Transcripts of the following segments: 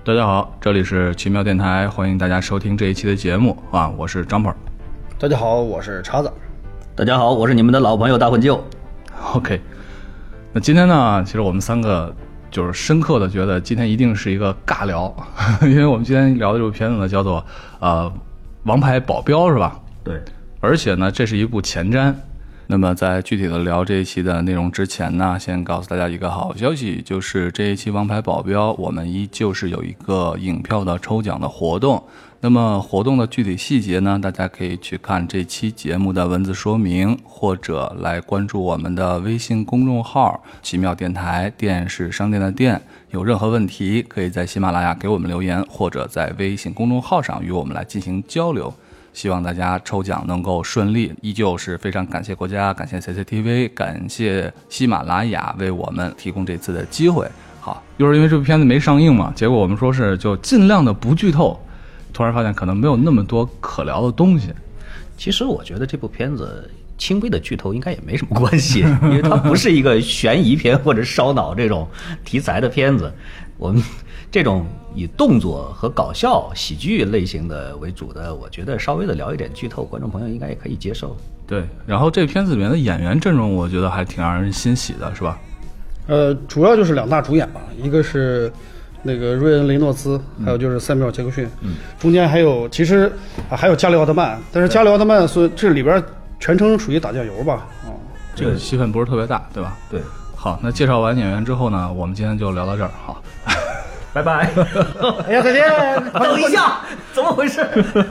大家好，这里是奇妙电台，欢迎大家收听这一期的节目啊，我是张鹏。 大家好，我是叉子。 大家好，我是你们的老朋友大混舅。 OK， 那今天呢，其实我们三个就是深刻的觉得今天一定是一个尬聊，因为我们今天聊的这部片子呢叫做王牌保镖，是吧？ 对， 而且呢这是一部前瞻。那么在具体的聊这一期的内容之前呢，先告诉大家一个好消息，就是这一期王牌保镖我们依旧是有一个影票的抽奖的活动。那么活动的具体细节呢，大家可以去看这期节目的文字说明，或者来关注我们的微信公众号奇妙电台，电是商店的店。有任何问题可以在喜马拉雅给我们留言，或者在微信公众号上与我们来进行交流。希望大家抽奖能够顺利，依旧是非常感谢国家，感谢 CCTV， 感谢喜马拉雅为我们提供这次的机会。好，又是因为这部片子没上映嘛，结果我们说是就尽量的不剧透，突然发现可能没有那么多可聊的东西。 其实我觉得这部片子轻微的剧透应该也没什么关系，因为它不是一个悬疑片或者烧脑这种题材的片子。我们这种以动作和搞笑喜剧类型的为主的，我觉得稍微的聊一点剧透，观众朋友应该也可以接受。 对，然后这片子里面的演员阵容我觉得还挺让人欣喜的，是吧？ 主要就是两大主演吧，一个是那个瑞恩·雷诺兹，还有就是塞缪尔·杰克逊，中间还有其实还有加里·奥特曼，但是加里·奥特曼所以这里边全程属于打酱油吧， 这个戏份不是特别大，对吧？ 对。 好，那介绍完演员之后呢，我们今天就聊到这儿，好， 拜拜。 哎呀，再见！ 等一下，怎么回事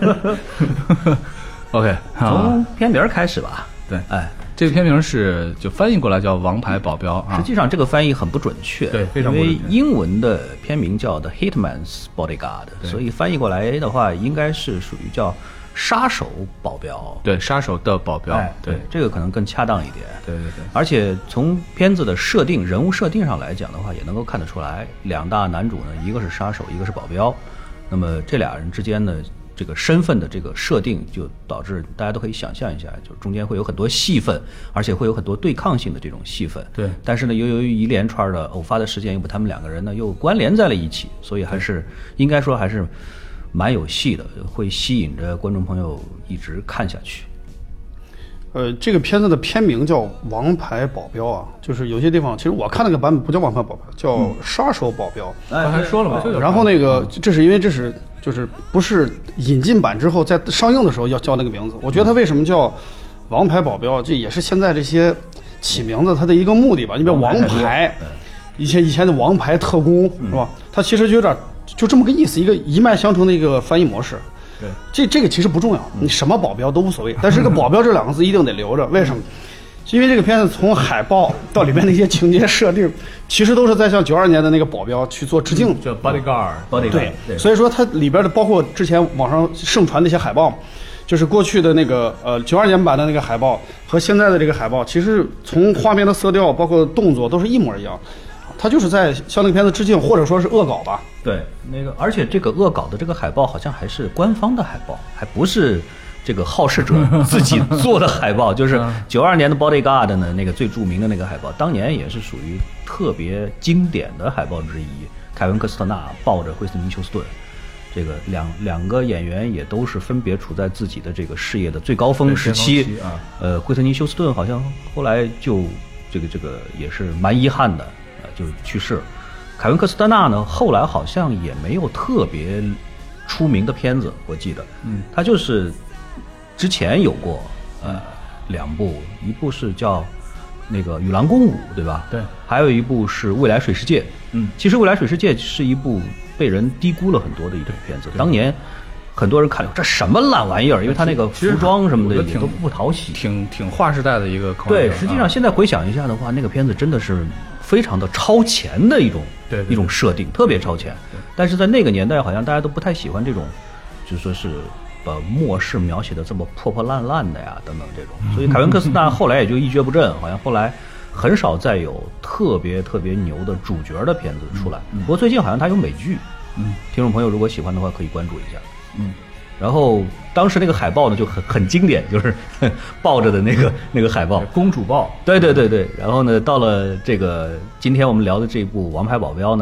？OK， 从片名开始吧。 对，这个片名是就翻译过来叫《王牌保镖》啊。 实际上这个翻译很不准确， 对，非常不准确。 因为英文的片名叫《The Hitman's Bodyguard》，所以翻译过来的话，应该是属于叫杀手保镖。 对，杀手的保镖。 对，这个可能更恰当一点。 对。 而且从片子的设定、人物设定上来讲的话，也能够看得出来，两大男主呢，一个是杀手，一个是保镖。那么这俩人之间呢，这个身份的这个设定，就导致大家都可以想象一下，就中间会有很多戏份，而且会有很多对抗性的这种戏份。 对。 但是呢，由于一连串的偶发的事件，又把他们两个人呢又关联在了一起，所以还是应该说还是蛮有戏的，会吸引着观众朋友一直看下去。 这个片子的片名叫《王牌保镖》啊，就是有些地方其实我看那个版本不叫王牌保镖，叫杀手保镖。 刚才说了嘛， 然后那个这是因为这是就是不是引进版之后在上映的时候要叫那个名字。我觉得它为什么叫王牌保镖，这也是现在这些起名字它的一个目的吧。你比如王牌，以前的王牌特工是吧？它其实就有点就这么个意思，一个一脉相承的一个翻译模式。对，这个其实不重要，你什么保镖都无所谓，但是这个保镖这两个字一定得留着。为什么？因为这个片子从海报到里面的一些情节设定，其实都是在向92年的那个保镖去做致敬。 叫 bodyguard。 对，所以说它里边的包括之前网上盛传的一些海报，就是过去的那个92年版的那个海报和现在的这个海报，其实从画面的色调包括动作都是一模一样。他就是在向那个片子致敬，或者说是恶搞吧。 对，那个而且这个恶搞的这个海报好像还是官方的海报，还不是这个好事者自己做的海报。就是92年的 Bodyguard 呢，那个最著名的那个海报，当年也是属于特别经典的海报之一。凯文·科斯特纳抱着惠斯尼·休斯顿，这个两个演员也都是分别处在自己的这个事业的最高峰时期。惠斯尼·休斯顿好像后来就这个也是蛮遗憾的。就去世。凯文·科斯特纳呢，后来好像也没有特别出名的片子，我记得，他就是之前有过两部，一部是叫那个《与狼共舞》，对吧？ 对。 还有一部是《未来水世界》。其实《未来水世界》是一部被人低估了很多的一部片子，当年很多人看了这什么烂玩意儿，因为他那个服装什么的也都不讨喜， 挺划时代的一个口。 对，实际上现在回想一下的话，那个片子真的是非常的超前的一种设定，特别超前。但是在那个年代，好像大家都不太喜欢这种，就说是把末世描写的这么破破烂烂的呀，等等这种。所以凯文·科斯纳后来也就一蹶不振，好像后来很少再有特别牛的主角的片子出来。不过最近好像他有美剧，听众朋友如果喜欢的话可以关注一下。然后当时那个海报呢就很经典，就是抱着的那个海报， 公主抱。 对。然后呢，到了这个今天我们聊的这部《王牌保镖》呢，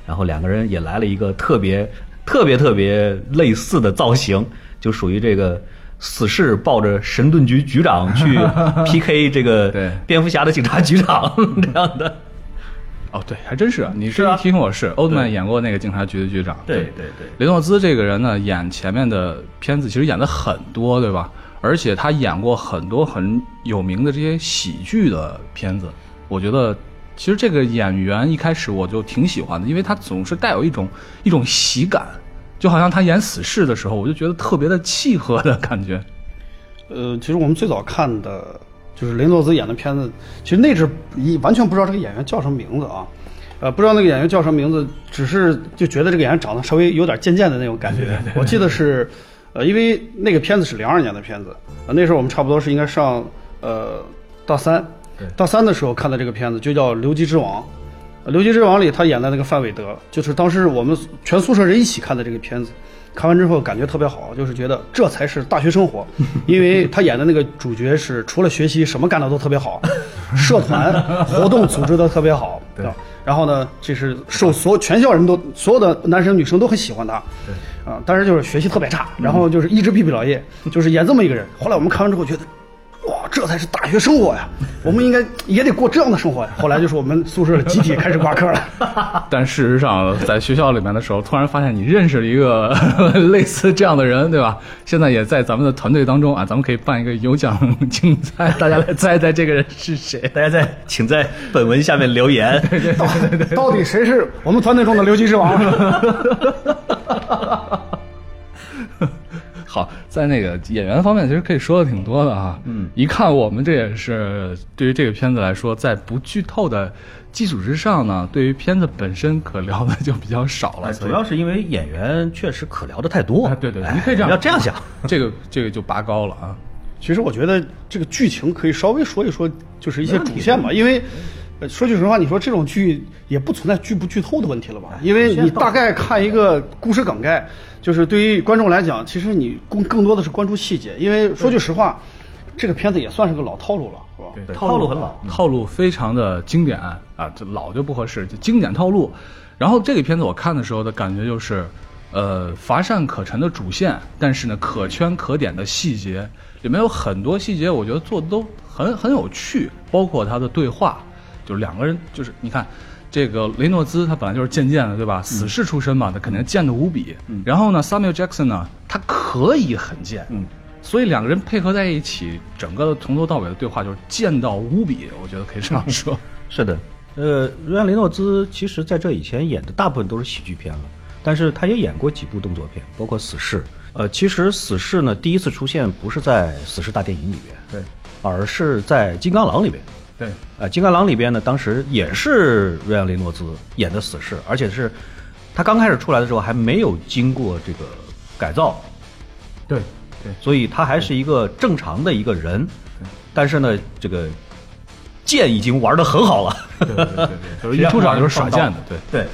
然后两个人也来了一个特别类似的造型，就属于这个死侍抱着神盾局局长去 PK 这个蝙蝠侠的警察局长这样的。 哦，对，还真是啊！你这一提醒我是欧德曼演过那个警察局的局长。 对， 雷诺兹这个人呢，演前面的片子其实演的很多，对吧？而且他演过很多很有名的这些喜剧的片子。我觉得其实这个演员一开始我就挺喜欢的，因为他总是带有一种喜感，就好像他演死侍的时候，我就觉得特别的契合的感觉。 其实我们最早看的就是雷诺兹演的片子，其实那阵完全不知道这个演员叫什么名字啊，不知道那个演员叫什么名字，只是就觉得这个演员长得稍微有点贱贱的那种感觉。对，我记得是，因为那个片子是02年的片子，那时候我们差不多是应该上大三的时候看的这个片子，就叫《流击之王》。《流击之王》里他演的那个范伟德，就是当时我们全宿舍人一起看的这个片子。看完之后感觉特别好，就是觉得这才是大学生活，因为他演的那个主角是除了学习什么干的都特别好，社团活动组织的特别好，对吧？然后呢，这是受全校人都所有的男生女生都很喜欢他，啊，但是就是学习特别差，然后就是一直毕不了业，就是演这么一个人。后来我们看完之后觉得，哇，这才是大学生活呀！我们应该也得过这样的生活呀。后来就是我们宿舍集体开始挂科了。 但事实上，在学校里面的时候，突然发现你认识了一个类似这样的人，对吧？现在也在咱们的团队当中啊，咱们可以办一个有奖竞赛，大家来猜猜这个人是谁？ 大家请在本文下面留言。 对， 到底谁是我们团队中的流击之王？ 好，在那个演员方面，其实可以说的挺多的啊。一看我们这也是对于这个片子来说，在不剧透的基础之上呢，对于片子本身可聊的就比较少了。 主要是因为演员确实可聊的太多。 对，你可以这样， 要这样想， 这个就拔高了啊。 其实我觉得这个剧情可以稍微说一说，就是一些主线吧，因为。说句实话，你说这种剧也不存在剧不剧透的问题了吧？因为你大概看一个故事梗概，就是对于观众来讲，其实你更多的是关注细节。因为说句实话，这个片子也算是个老套路了，是吧？ 对，套路很老， 套路非常的经典啊，这老就不合适，就经典套路。然后这个片子我看的时候的感觉就是，乏善可陈的主线，但是呢可圈可点的细节，里面有很多细节，我觉得做的都很有趣，包括他的对话。就是两个人，就是你看，这个雷诺兹他本来就是贱贱的，对吧？死侍出身嘛，他肯定贱得无比。然后呢 ，Samuel Jackson 呢，他可以很贱，所以两个人配合在一起，整个从头到尾的对话就是贱到无比，我觉得可以这样说。 是的，瑞安·雷诺兹其实在这以前演的大部分都是喜剧片了，但是他也演过几部动作片，包括《死侍》。其实《死侍》呢，第一次出现不是在《死侍大电影》里边， 对， 而是在《金刚狼》里边。 对， 金刚狼里边呢，当时也是瑞安·雷诺兹演的死侍，而且是他刚开始出来的时候还没有经过这个改造， 对， 所以他还是一个正常的一个人，但是呢，这个剑已经玩得很好了， 对，就是一出场就是耍剑的， 对，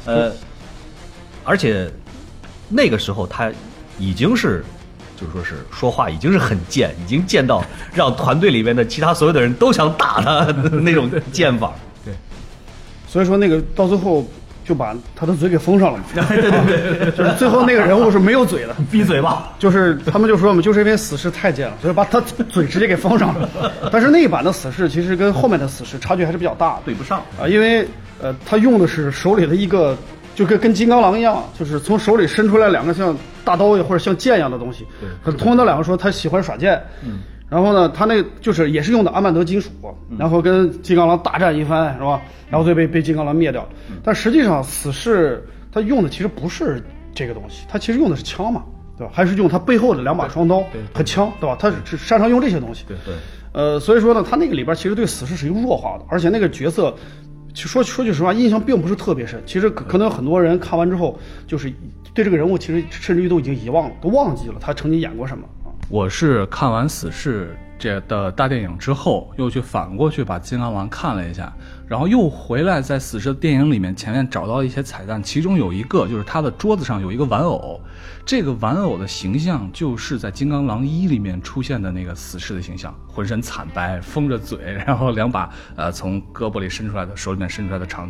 而且那个时候他已经是。就是说是说话已经是很贱，已经贱到让团队里面的其他所有的人都想打他的那种剑法。 对，所以说那个到最后就把他的嘴给封上了嘛。对，就是最后那个人物是没有嘴的， 闭嘴吧。 就是他们就说嘛，就是因为死侍太贱了，所以把他嘴直接给封上了。但是那一版的死侍其实跟后面的死侍差距还是比较大的， 对不上啊，因为他用的是手里的一个。就跟金刚狼一样，就是从手里伸出来两个像大刀或者像剑一样的东西。对，通过那两个说他喜欢耍剑。然后呢，他那就是也是用的阿曼德金属，然后跟金刚狼大战一番，是吧？然后就被金刚狼灭掉。但实际上死侍他用的其实不是这个东西，他其实用的是枪嘛，对吧？还是用他背后的两把双刀和枪，对吧？他是擅长用这些东西。对。所以说呢，他那个里边其实对死侍是一个弱化的，而且那个角色。说句实话，印象并不是特别深。其实可能有很多人看完之后，就是对这个人物其实甚至于都已经遗忘了，都忘记了他曾经演过什么啊。 我是看完《死侍》这的大电影之后，又去反过去把《金刚狼》看了一下，然后又回来在《死侍》的电影里面前面找到一些彩蛋，其中有一个就是他的桌子上有一个玩偶，这个玩偶的形象就是在《金刚狼1》里面出现的那个死侍的形象，浑身惨白，封着嘴，然后两把从胳膊里伸出来的手里面伸出来的长剑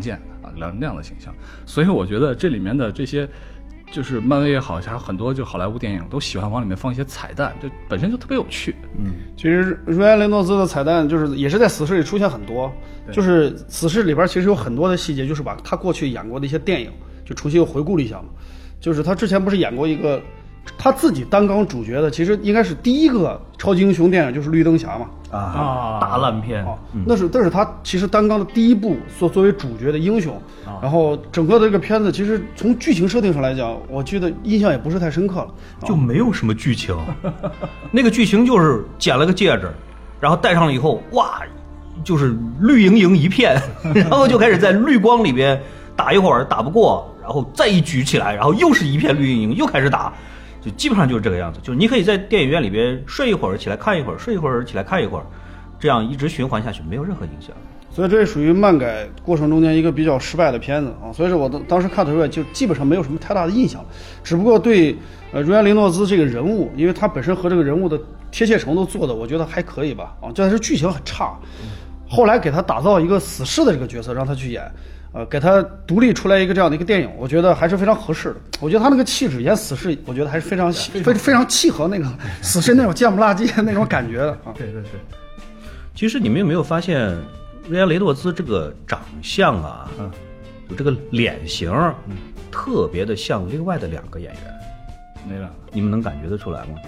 啊，那样的形象。所以我觉得这里面的这些，就是漫威也好，还有很多就好莱坞电影都喜欢往里面放一些彩蛋，就本身就特别有趣。 其实瑞安·雷诺兹的彩蛋就是也是在死侍里出现很多，就是死侍里边其实有很多的细节，就是把他过去演过的一些电影就重新又回顾了一下嘛。就是他之前不是演过一个他自己担纲主角的，其实应该是第一个超级英雄电影，就是绿灯侠嘛。 大烂片， 那是他其实担纲的第一部作为主角的英雄。然后整个的这个片子其实从剧情设定上来讲，我觉得印象也不是太深刻了， 就没有什么剧情。那个剧情就是捡了个戒指，然后戴上了以后，哇，就是绿莹莹一片，然后就开始在绿光里边打一会儿，打不过，然后再一举起来，然后又是一片绿莹莹，又开始打。就基本上就是这个样子，就是你可以在电影院里边睡一会儿，起来看一会儿，睡一会儿，起来看一会儿，这样一直循环下去，没有任何影响。 所以这也属于漫改过程中间一个比较失败的片子啊。所以说我当时看的时候就基本上没有什么太大的印象，只不过对瑞安·雷诺兹这个人物，因为他本身和这个人物的贴切程度做的，我觉得还可以吧啊，但是剧情很差。后来给他打造一个死侍的这个角色，让他去演。给他独立出来一个这样的一个电影，我觉得还是非常合适的。我觉得他那个气质演死侍，我觉得还是非常契合那个死侍那种贱不拉几那种感觉的啊。 对。其实你们有没有发现，瑞安·雷诺兹这个长相啊，有这个脸型，特别的像另外的两个演员。 哪两个？ 你们能感觉得出来吗？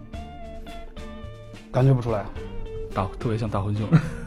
感觉不出来。 特别像大混秀。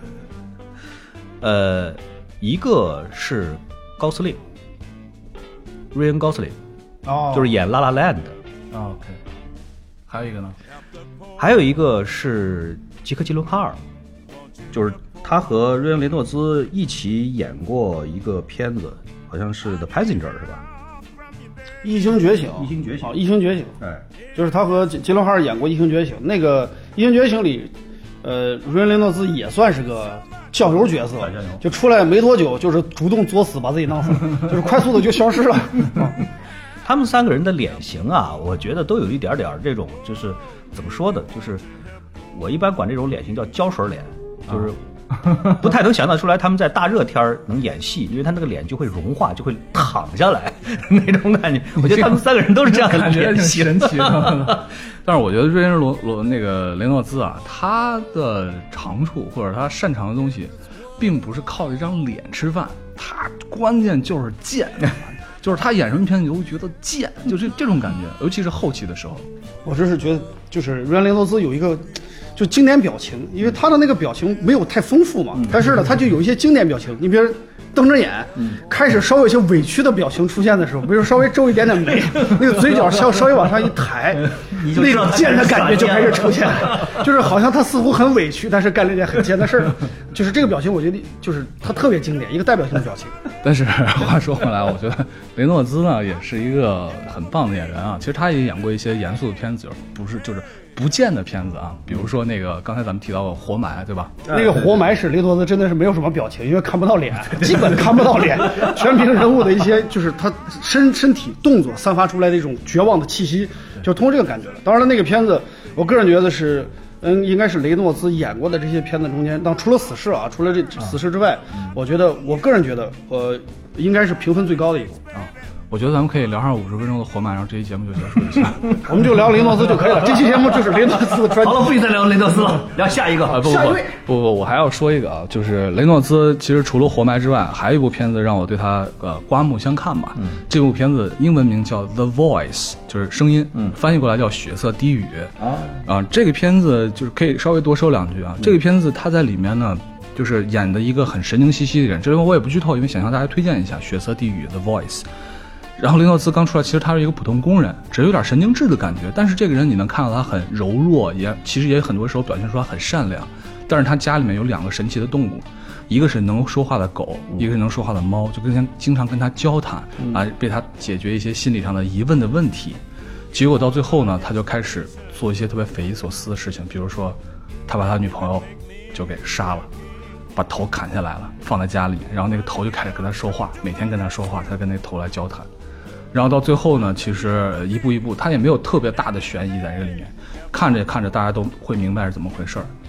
一个是高司令，瑞恩·高司令，就是演《La La Land》的。 OK。还有一个呢？ 还有一个是吉克·吉伦哈尔，就是他和瑞恩·雷诺兹一起演过一个片子，好像是《The Passenger》是吧？ 异星觉醒。异星觉醒。 哎， 就是他和吉伦哈尔演过《异星觉醒》。那个《异星觉醒》里，瑞恩·雷诺兹也算是个酱油角色，就出来没多久，就是主动作死把自己弄死了，就是快速的就消失了。 他们三个人的脸型啊，我觉得都有一点点这种，就是怎么说的，就是我一般管这种脸型叫胶水脸，就是不太能想象出来他们在大热天能演戏，因为他那个脸就会融化，就会躺下来那种感觉。我觉得他们三个人都是这样的脸型， 神奇。但是我觉得瑞恩那个雷诺兹啊，他的长处或者他擅长的东西，并不是靠一张脸吃饭，他关键就是贱，就是他演什么片子你都会觉得贱，就是这种感觉，尤其是后期的时候。 我真是觉得，就是瑞安·雷诺兹有一个就经典表情，因为他的那个表情没有太丰富嘛，但是呢，他就有一些经典表情。你比如瞪着眼，开始稍微有些委屈的表情出现的时候，比如稍微皱一点点眉，那个嘴角稍微往上一抬，那种贱的感觉就开始出现了，就是好像他似乎很委屈，但是干了一件很贱的事儿。就是这个表情，我觉得就是他特别经典，一个代表性的表情。 但是话说回来，我觉得雷诺兹呢也是一个很棒的演员啊。其实他也演过一些严肃的片子，就是不见的片子啊，比如说那个刚才咱们提到的活埋，对吧？ 那个活埋是雷诺兹真的是没有什么表情，因为看不到脸，基本看不到脸，全凭人物的一些就是他身体动作散发出来的一种绝望的气息，就通过这个感觉了。当然了，那个片子我个人觉得是应该是雷诺兹演过的这些片子中间，除了死侍啊，除了这死侍之外，我个人觉得应该是评分最高的一部啊。 我觉得咱们可以聊上50分钟的活埋，然后这期节目就结束一下。 我们就聊雷诺兹就可以了。这期节目就是雷诺兹的专辑。 好了，不许再聊雷诺兹了，聊下一个。 不，我还要说一个啊，就是雷诺兹其实除了活埋之外，还有一部片子让我对他刮目相看吧。这部片子英文名叫《The Voice》，就是声音，翻译过来叫《血色低语》啊。这个片子就是可以稍微多说两句啊。这个片子他在里面呢，就是演的一个很神经兮兮的人，这里面我也不剧透，因为想向大家推荐一下《血色地狱》The Voice。然后雷诺兹刚出来，其实他是一个普通工人，只有点神经质的感觉，但是这个人你能看到他很柔弱，其实也很多时候表现出他很善良。但是他家里面有2个神奇的动物，一个是能说话的狗，一个是能说话的猫，就经常跟他交谈啊，被他解决一些心理上的疑问的问题。结果到最后呢，他就开始做一些特别匪夷所思的事情，比如说他把他女朋友就给杀了，把头砍下来了，放在家里面，然后那个头就开始跟他说话，每天跟他说话，他跟那头来交谈。然后到最后呢，其实一步一步，他也没有特别大的悬疑在这里面，看着看着大家都会明白是怎么回事儿。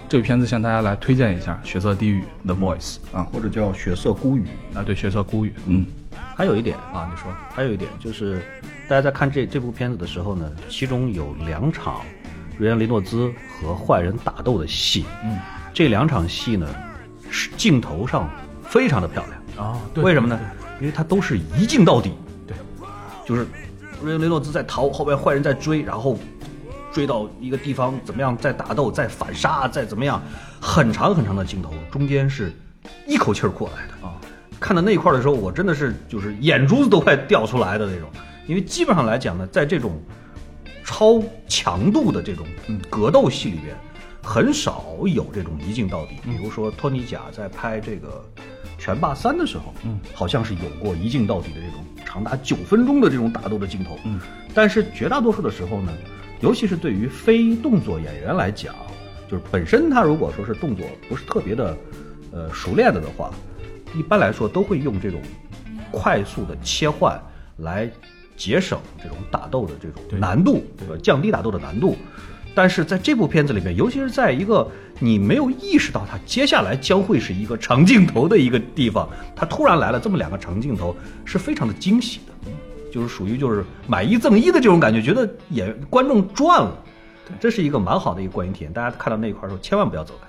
这部片子向大家来推荐一下《血色地狱》The Voice 啊， 或者叫血色孤语啊，对，血色孤语。 还有一点啊，你说还有一点就是大家在看这部片子的时候呢，其中有2场瑞安·雷诺兹和坏人打斗的戏，这2场戏呢是镜头上非常的漂亮啊， 为什么呢？因为它都是一镜到底，对，就是瑞安·雷诺兹在逃，后边坏人在追，然后追到一个地方怎么样，再打斗，再反杀，再怎么样，很长很长的镜头，中间是一口气儿过来的啊。看到那一块的时候，我真的是就是眼珠子都快掉出来的那种，因为基本上来讲呢，在这种超强度的这种格斗戏里边，很少有这种一镜到底。比如说托尼贾在拍这个《拳霸3》的时候，好像是有过一镜到底的这种长达9分钟的这种打斗的镜头，但是绝大多数的时候呢，尤其是对于非动作演员来讲，就是本身他如果说是动作不是特别的熟练的话，一般来说都会用这种快速的切换来节省这种打斗的这种难度，降低打斗的难度。但是在这部片子里面，尤其是在一个你没有意识到它接下来将会是一个长镜头的一个地方，它突然来了这么2个长镜头，是非常的惊喜的，就是属于就是买1赠1的这种感觉，觉得观众赚了，这是一个蛮好的一个观影体验。大家看到那一块的时候，千万不要走开。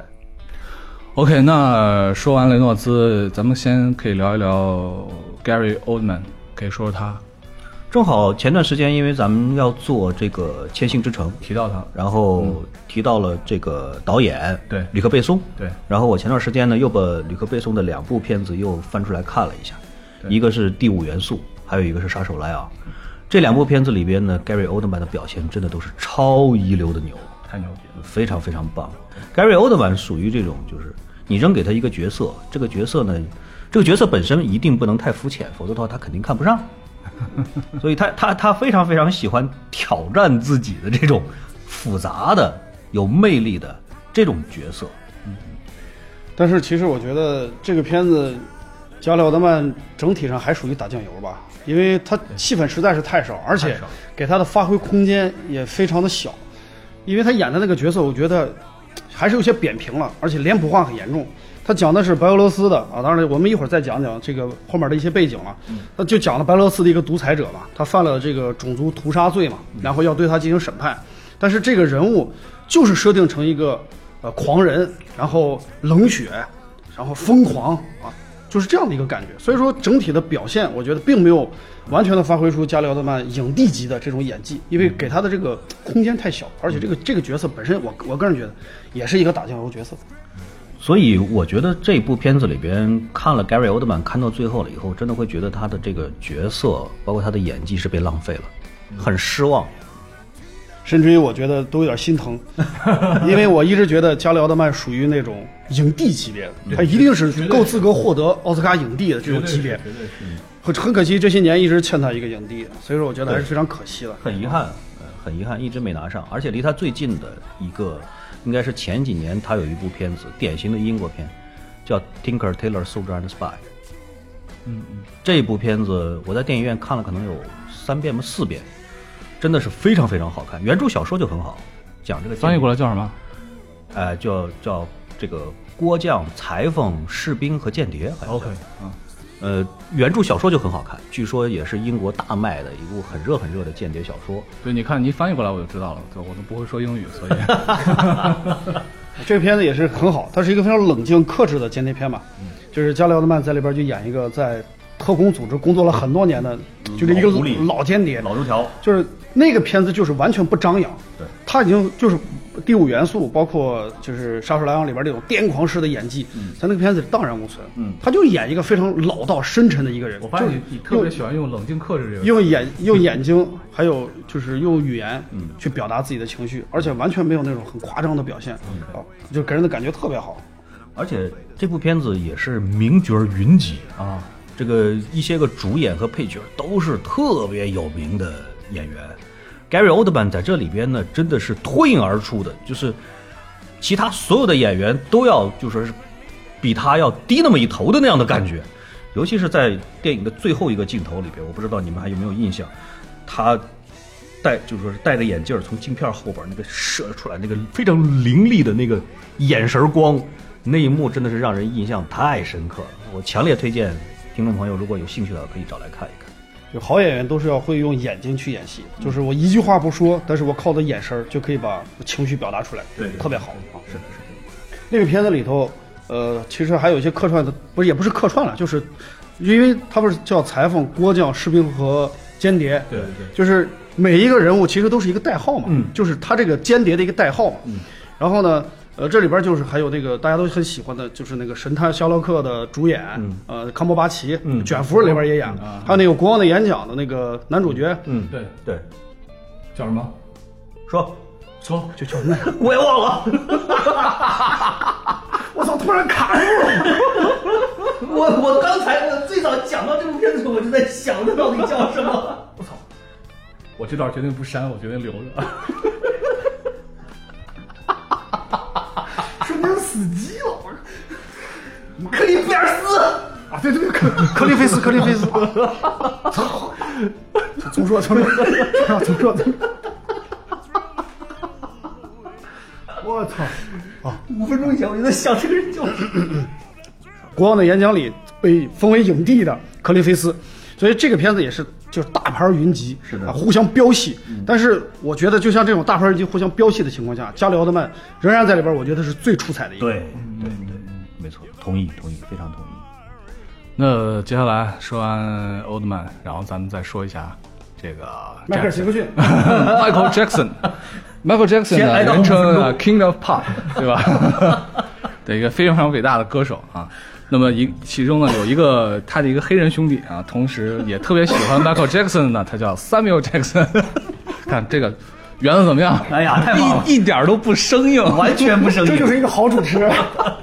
OK， 那说完雷诺兹，咱们先可以聊一聊 Gary Oldman， 可以说说他。 正好前段时间，因为咱们要做这个《千星之城》， 提到他， 然后提到了这个导演对吕克·贝松， 对， 然后我前段时间呢又把吕克·贝松的2部片子又翻出来看了一下，一个是《第5元素》，还有一个是《杀手莱昂》。这2部片子里边呢 ，Gary Oldman 的表现真的都是超一流的牛， 太牛逼了， 非常非常棒。Gary Oldman 属于这种就是你扔给他一个角色，这个角色呢，这个角色本身一定不能太肤浅，否则的话他肯定看不上。所以他非常非常喜欢挑战自己的这种复杂的、有魅力的这种角色。 但是其实我觉得这个片子，加里奥德曼整体上还属于打酱油吧，因为他戏份实在是太少，而且给他的发挥空间也非常的小。因为他演的那个角色，我觉得还是有些扁平了，而且脸谱化很严重。他讲的是白俄罗斯的啊，当然我们一会儿再讲讲这个后面的一些背景了。他就讲了白俄罗斯的一个独裁者嘛，他犯了这个种族屠杀罪嘛，然后要对他进行审判。但是这个人物就是设定成一个狂人，然后冷血，然后疯狂啊，就是这样的一个感觉。所以说整体的表现，我觉得并没有完全的发挥出加里奥德曼影帝级的这种演技，因为给他的这个空间太小，而且这个角色本身，我个人觉得也是一个打酱油角色。 所以我觉得这部片子里边看了 Gary Oldman 看到最后了以后，真的会觉得他的这个角色，包括他的演技是被浪费了，很失望。 甚至于我觉得都有点心疼，因为我一直觉得加里奥德曼属于那种影帝级别的，他一定是够资格获得奥斯卡影帝的这种级别。很可惜这些年一直欠他一个影帝，所以说我觉得还是非常可惜的， 很遗憾，很遗憾一直没拿上。而且离他最近的一个应该是前几年他有一部片子，典型的英国片，叫 Tinker Tailor Soldier and Spy。这部片子我在电影院看了可能有3遍4遍，真的是非常非常好看。原著小说就很好，讲这个翻译过来叫什么？ 叫这个郭将、裁缝、士兵和间谍。 OK， 原著小说就很好看，据说也是英国大卖的一部很热很热的间谍小说。 对，你看你翻译过来我就知道了，我都不会说英语，所以这个片子也是很好，它是一个非常冷静克制的间谍片嘛。就是加里奥德曼在里边就演一个在特工组织工作了很多年的，就是一个老间谍、 老油条。 就是那个片子就是完全不张扬， 对， 他已经就是第5元素，包括就是《杀手莱昂》里边这种癫狂式的演技，在那个片子里荡然无存。他就演一个非常老道深沉的一个人。 我发现你特别喜欢用冷静克制这个， 用眼睛，还有就是用语言去表达自己的情绪，而且完全没有那种很夸张的表现，就给人的感觉特别好。 而且这部片子也是名角云集啊，这个一些个主演和配角都是特别有名的演员。Gary Oldman 在这里边呢，真的是脱颖而出的，就是其他所有的演员都要就说是比他要低那么一头的那样的感觉。尤其是在电影的最后一个镜头里边，我不知道你们还有没有印象，他就是说是戴着眼镜从镜片后边那个射出来那个非常凌厉的那个眼神光，那一幕真的是让人印象太深刻了。我强烈推荐听众朋友如果有兴趣的可以找来看一看。 就好演员都是要会用眼睛去演戏，就是我一句话不说，但是我靠的眼神就可以把情绪表达出来， 对， 特别好啊。 是的。 那个片子里头，其实还有一些客串的，也不是客串了，就是因为他不是叫裁缝、锅匠、士兵和间谍， 对， 就是每一个人物其实都是一个代号嘛，就是他这个间谍的一个代号嘛。然后呢，这里边就是还有那个大家都很喜欢的，就是那个神探夏洛克的主演，康伯巴奇，卷福里边也演了，还有那个国王的演讲的那个男主角， 对， 叫什么？ 说就叫那个， 我也忘了。 我操，突然卡住了。 我刚才最早讲到这部片子的时候，我就在想它到底叫什么。 我操！我这段决定不删，我决定留着。 说明死机了。 克里菲尔斯啊，对，克利菲斯。操！重说。我操！啊 ，5分钟以前我就在想这个人叫什么。 国王的演讲里被封为影帝的克利菲斯，所以这个片子也是就是大牌云集， 是的， 互相飙戏。但是我觉得，就像这种大牌云集互相飙戏的情况下，加里奥特曼仍然在里边，我觉得是最出彩的一个。 对，没错，同意，非常同意。 那接下来说完奥特曼，然后咱们再说一下这个迈克尔·杰克逊 ，Michael Jackson。Michael Jackson 呢，人称King of Pop， 对吧？的一个非常伟大的歌手啊。那么其中呢有一个他的一个黑人兄弟啊，同时也特别喜欢 Michael Jackson 呢，他叫 Samuel Jackson。看这个圆的怎么样？ 哎呀，太棒了， 一点都不生硬， 完全不生硬， 这就是一个好主持人。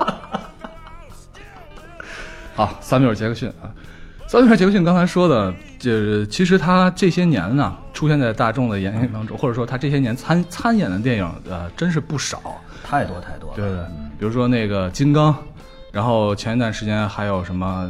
好，萨缪尔·杰克逊啊，萨缪尔·杰克逊刚才说的，就是其实他这些年呢出现在大众的眼影当中，或者说他这些年参演的电影真是不少， 太多了。 对，比如说那个金刚，然后前一段时间还有什么？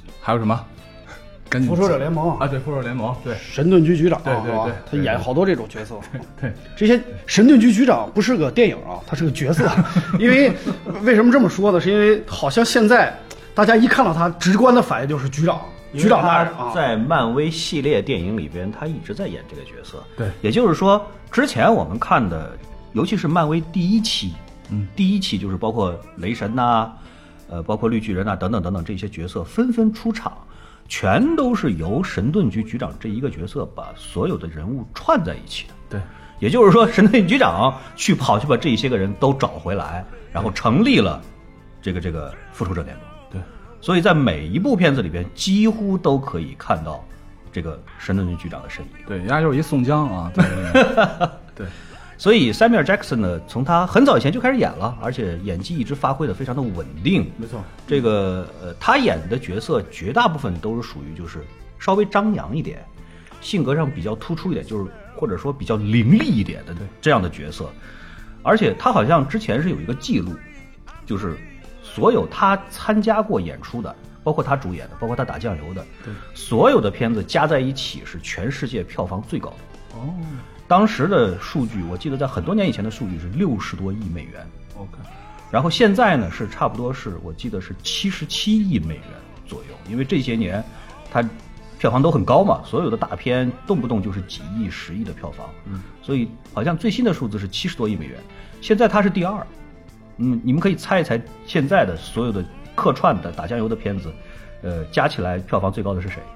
复仇者联盟啊，对，复仇者联盟，对， 神盾局局长， 对， 他演好多这种角色。 对， 这些神盾局局长不是个电影啊，他是个角色。因为为什么这么说呢？是因为好像现在大家一看到他，直观的反应就是局长大人啊。 在漫威系列电影里边，他一直在演这个角色。 对， 也就是说，之前我们看的，尤其是漫威第一期，第一期就是包括雷神呐，包括绿巨人呐等等这些角色纷纷出场。全都是由神盾局局长这一个角色把所有的人物串在一起的。 对， 也就是说，神盾局长跑去把这些个人都找回来，然后成立了这个复仇者联盟。 对， 所以在每一部片子里边，几乎都可以看到这个神盾局局长的身影。 对，丫就是一宋江啊。对。对。 所以 Samuel Jackson 呢，从他很早以前就开始演了，而且演技一直发挥的非常的稳定。 没错， 这个他演的角色绝大部分都是属于就是稍微张扬一点，性格上比较突出一点，就是或者说比较凌厉一点的这样的角色。而且他好像之前是有一个记录，就是所有他参加过演出的，包括他主演的，包括他打酱油的，所有的片子加在一起是全世界票房最高的。 哦。 当时的数据，我记得在很多年以前的数据是60多亿美元。 OK， 然后现在呢是差不多是我记得是77亿美元左右，因为这些年它票房都很高嘛，所有的大片动不动就是几亿、10亿的票房，所以好像最新的数字是70多亿美元，现在它是第2。你们可以猜一猜现在的所有的客串的打酱油的片子，加起来票房最高的是谁？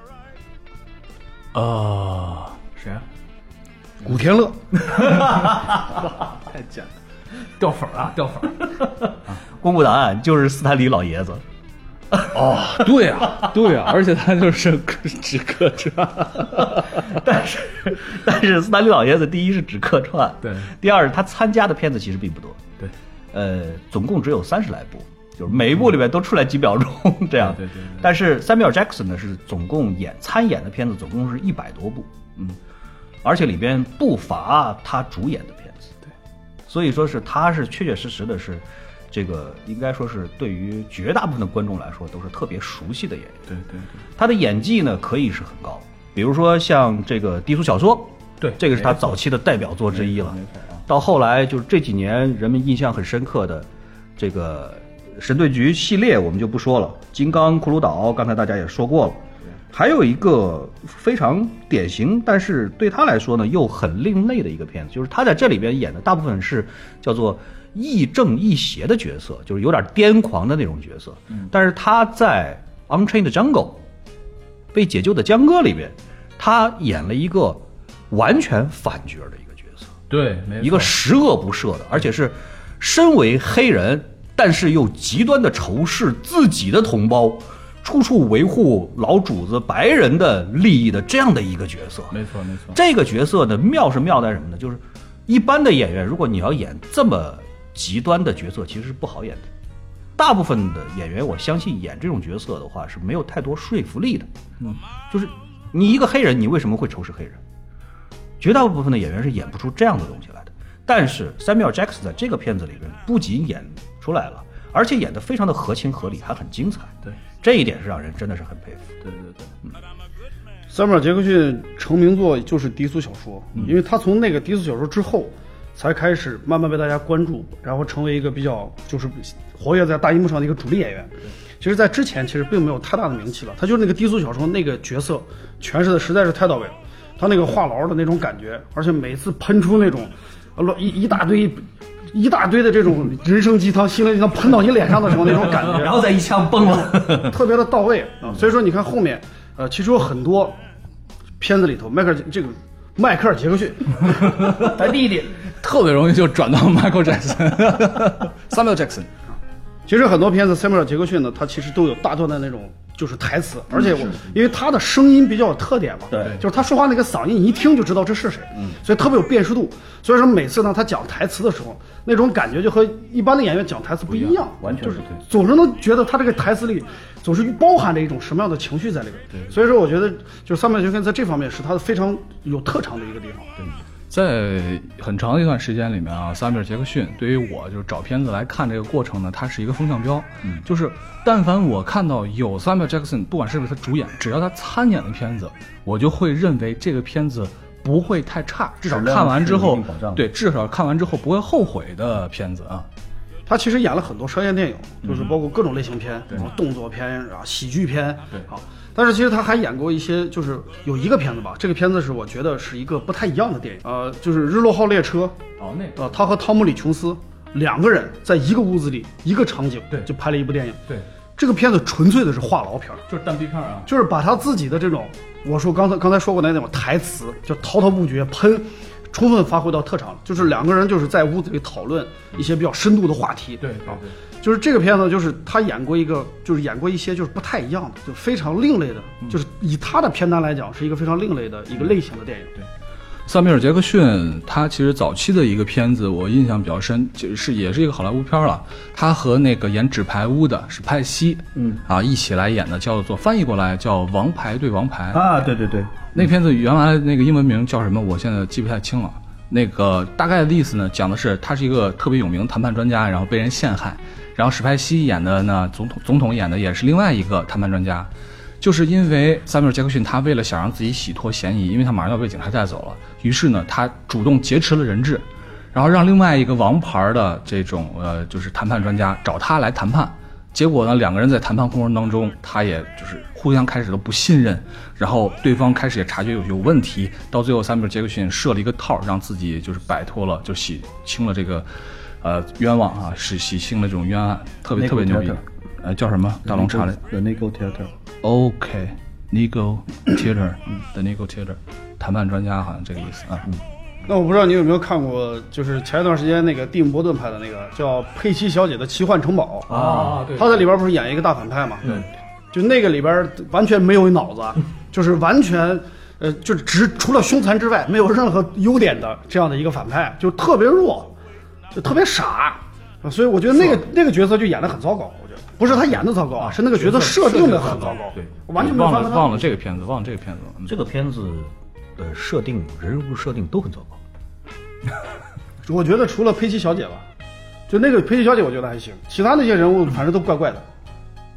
谁啊？ 古天乐。 太简单，掉粉啊！ 公布答案就是斯坦李老爷子。 哦，对啊，而且他就是只客串。 但是斯坦李老爷子第一是只客串， 对； 第二他参加的片子其实并不多， 对， 总共只有30来部，就是每一部里面都出来几秒钟这样。 对。 但是 Samuel Jackson 呢是总共参演的片子总共是100多部，而且里边不乏他主演的片子， 对， 所以说是他是确确实实的是，这个应该说是对于绝大部分的观众来说都是特别熟悉的演员。 对， 他的演技呢可以是很高，比如说像这个低俗小说， 对， 这个是他早期的代表作之一了。 没错啊。 到后来就是这几年人们印象很深刻的这个神盾局系列，我们就不说了。金刚骷髅岛刚才大家也说过了，还有一个非常典型，但是对他来说呢又很另类的一个片子，就是他在这里边演的大部分是叫做亦正亦邪的角色，就是有点癫狂的那种角色。但是他在《Unchained Jungle》被解救的江哥里边，他演了一个完全反角的一个角色。 对，没错， 一个十恶不赦的，而且是身为黑人，但是又极端的仇视自己的同胞，处处维护老主子白人的利益的这样的一个角色。 没错没错。 这个角色呢，妙是妙在什么呢？就是一般的演员，如果你要演这么极端的角色，其实是不好演的。大部分的演员，我相信演这种角色的话是没有太多说服力的。就是你一个黑人，你为什么会仇视黑人？绝大部分的演员是演不出这样的东西来的。但是 Samuel Jackson 在这个片子里边不仅演出来了，而且演得非常的合情合理，还很精彩。 对， 这一点是让人真的是很佩服。 对对对。 塞缪尔·杰克逊成名作就是低俗小说，因为他从那个低俗小说之后，才开始慢慢被大家关注，然后成为一个比较就是活跃在大荧幕上的一个主力演员。其实，在之前其实并没有太大的名气了，他就是那个低俗小说那个角色诠释的实在是太到位了，他那个话痨的那种感觉，而且每次喷出那种一大堆的这种人生鸡汤、心灵鸡汤喷到你脸上的时候那种感觉， 然后再一枪崩了， 特别的到位啊。所以说你看后面，其实有很多片子里头，迈克尔·杰克逊他弟弟特别容易就转到 Michael Jackson、Samuel Jackson。 其实很多片子 Samuel 杰克逊呢，他其实都有大段的那种就是台词，而且因为他的声音比较有特点嘛， 对， 就是他说话那个嗓音，你一听就知道这是谁，所以特别有辨识度。所以说每次呢，他讲台词的时候，那种感觉就和一般的演员讲台词不一样， 完全就是总是能觉得他这个台词里总是包含着一种什么样的情绪在里边。所以说，我觉得就是 Samuel 杰克逊在这方面是他非常有特长的一个地方。对。 在很长的一段时间里面啊，萨米尔·杰克逊对于我就是找片子来看这个过程呢，它是一个风向标。就是但凡我看到有萨米尔·杰克逊，不管是不是他主演，只要他参演的片子，我就会认为这个片子不会太差，至少看完之后，对，至少看完之后不会后悔的片子啊。 他其实演了很多商业电影，就是包括各种类型片，然后动作片啊、喜剧片， 对啊。但是其实他还演过一些，就是有一个片子吧，这个片子是我觉得是一个不太一样的电影，就是《日落号列车》。 哦，那他和汤姆·李·琼斯两个人在一个屋子里，一个场景， 对， 就拍了一部电影。 对， 这个片子纯粹的是话痨片， 就是单逼片啊， 就是把他自己的这种，我说刚才说过的那种台词，就滔滔不绝喷。充分发挥到特长，就是两个人就是在屋子里讨论一些比较深度的话题。 对啊，就是这个片子，就是他演过一些就是不太一样的，就非常另类的，就是以他的片单来讲，是一个非常另类的一个类型的电影。对， 萨米尔·杰克逊他其实早期的一个片子我印象比较深，就是也是一个好莱坞片了。他和那个演《纸牌屋》的史派西，一起来演的，叫做翻译过来叫《王牌对王牌》 啊，对对对。 那片子原来那个英文名叫什么？我现在记不太清了。那个大概的意思呢，讲的是他是一个特别有名的谈判专家，然后被人陷害，然后史派西演的呢，总统演的也是另外一个谈判专家。就是因为萨米尔·杰克逊他为了想让自己洗脱嫌疑，因为他马上要被警察带走了，于是呢他主动劫持了人质，然后让另外一个王牌的这种就是谈判专家找他来谈判。结果呢，两个人在谈判过程当中，他也就是互相开始都不信任，然后对方开始也察觉有问题，到最后萨米尔·杰克逊设了一个套，让自己就是摆脱了，就洗清了这个冤枉啊，是洗清了这种冤案，特别牛逼。叫什么？大龙查了 The Nickel Theater。 OK， Nickel Theater，The Nickel Theater， 谈判专家好像这个意思啊。 那我不知道你有没有看过，就是前一段时间那个蒂姆·波顿拍的那个叫《佩奇小姐的奇幻城堡》 啊，对， 他在里边不是演一个大反派嘛？ 对， 就那个里边完全没有脑子，就是完全就是除了凶残之外没有任何优点的这样的一个反派，就特别弱，就特别傻，所以我觉得那个角色就演得很糟糕。我觉得不是他演的糟糕啊，是那个角色设定的很糟糕。 对， 完全没有忘了这个片子， 这个片子的设定，人物设定都很糟糕。 我觉得除了佩奇小姐吧，就那个佩奇小姐我觉得还行，其他那些人物反正都怪怪的。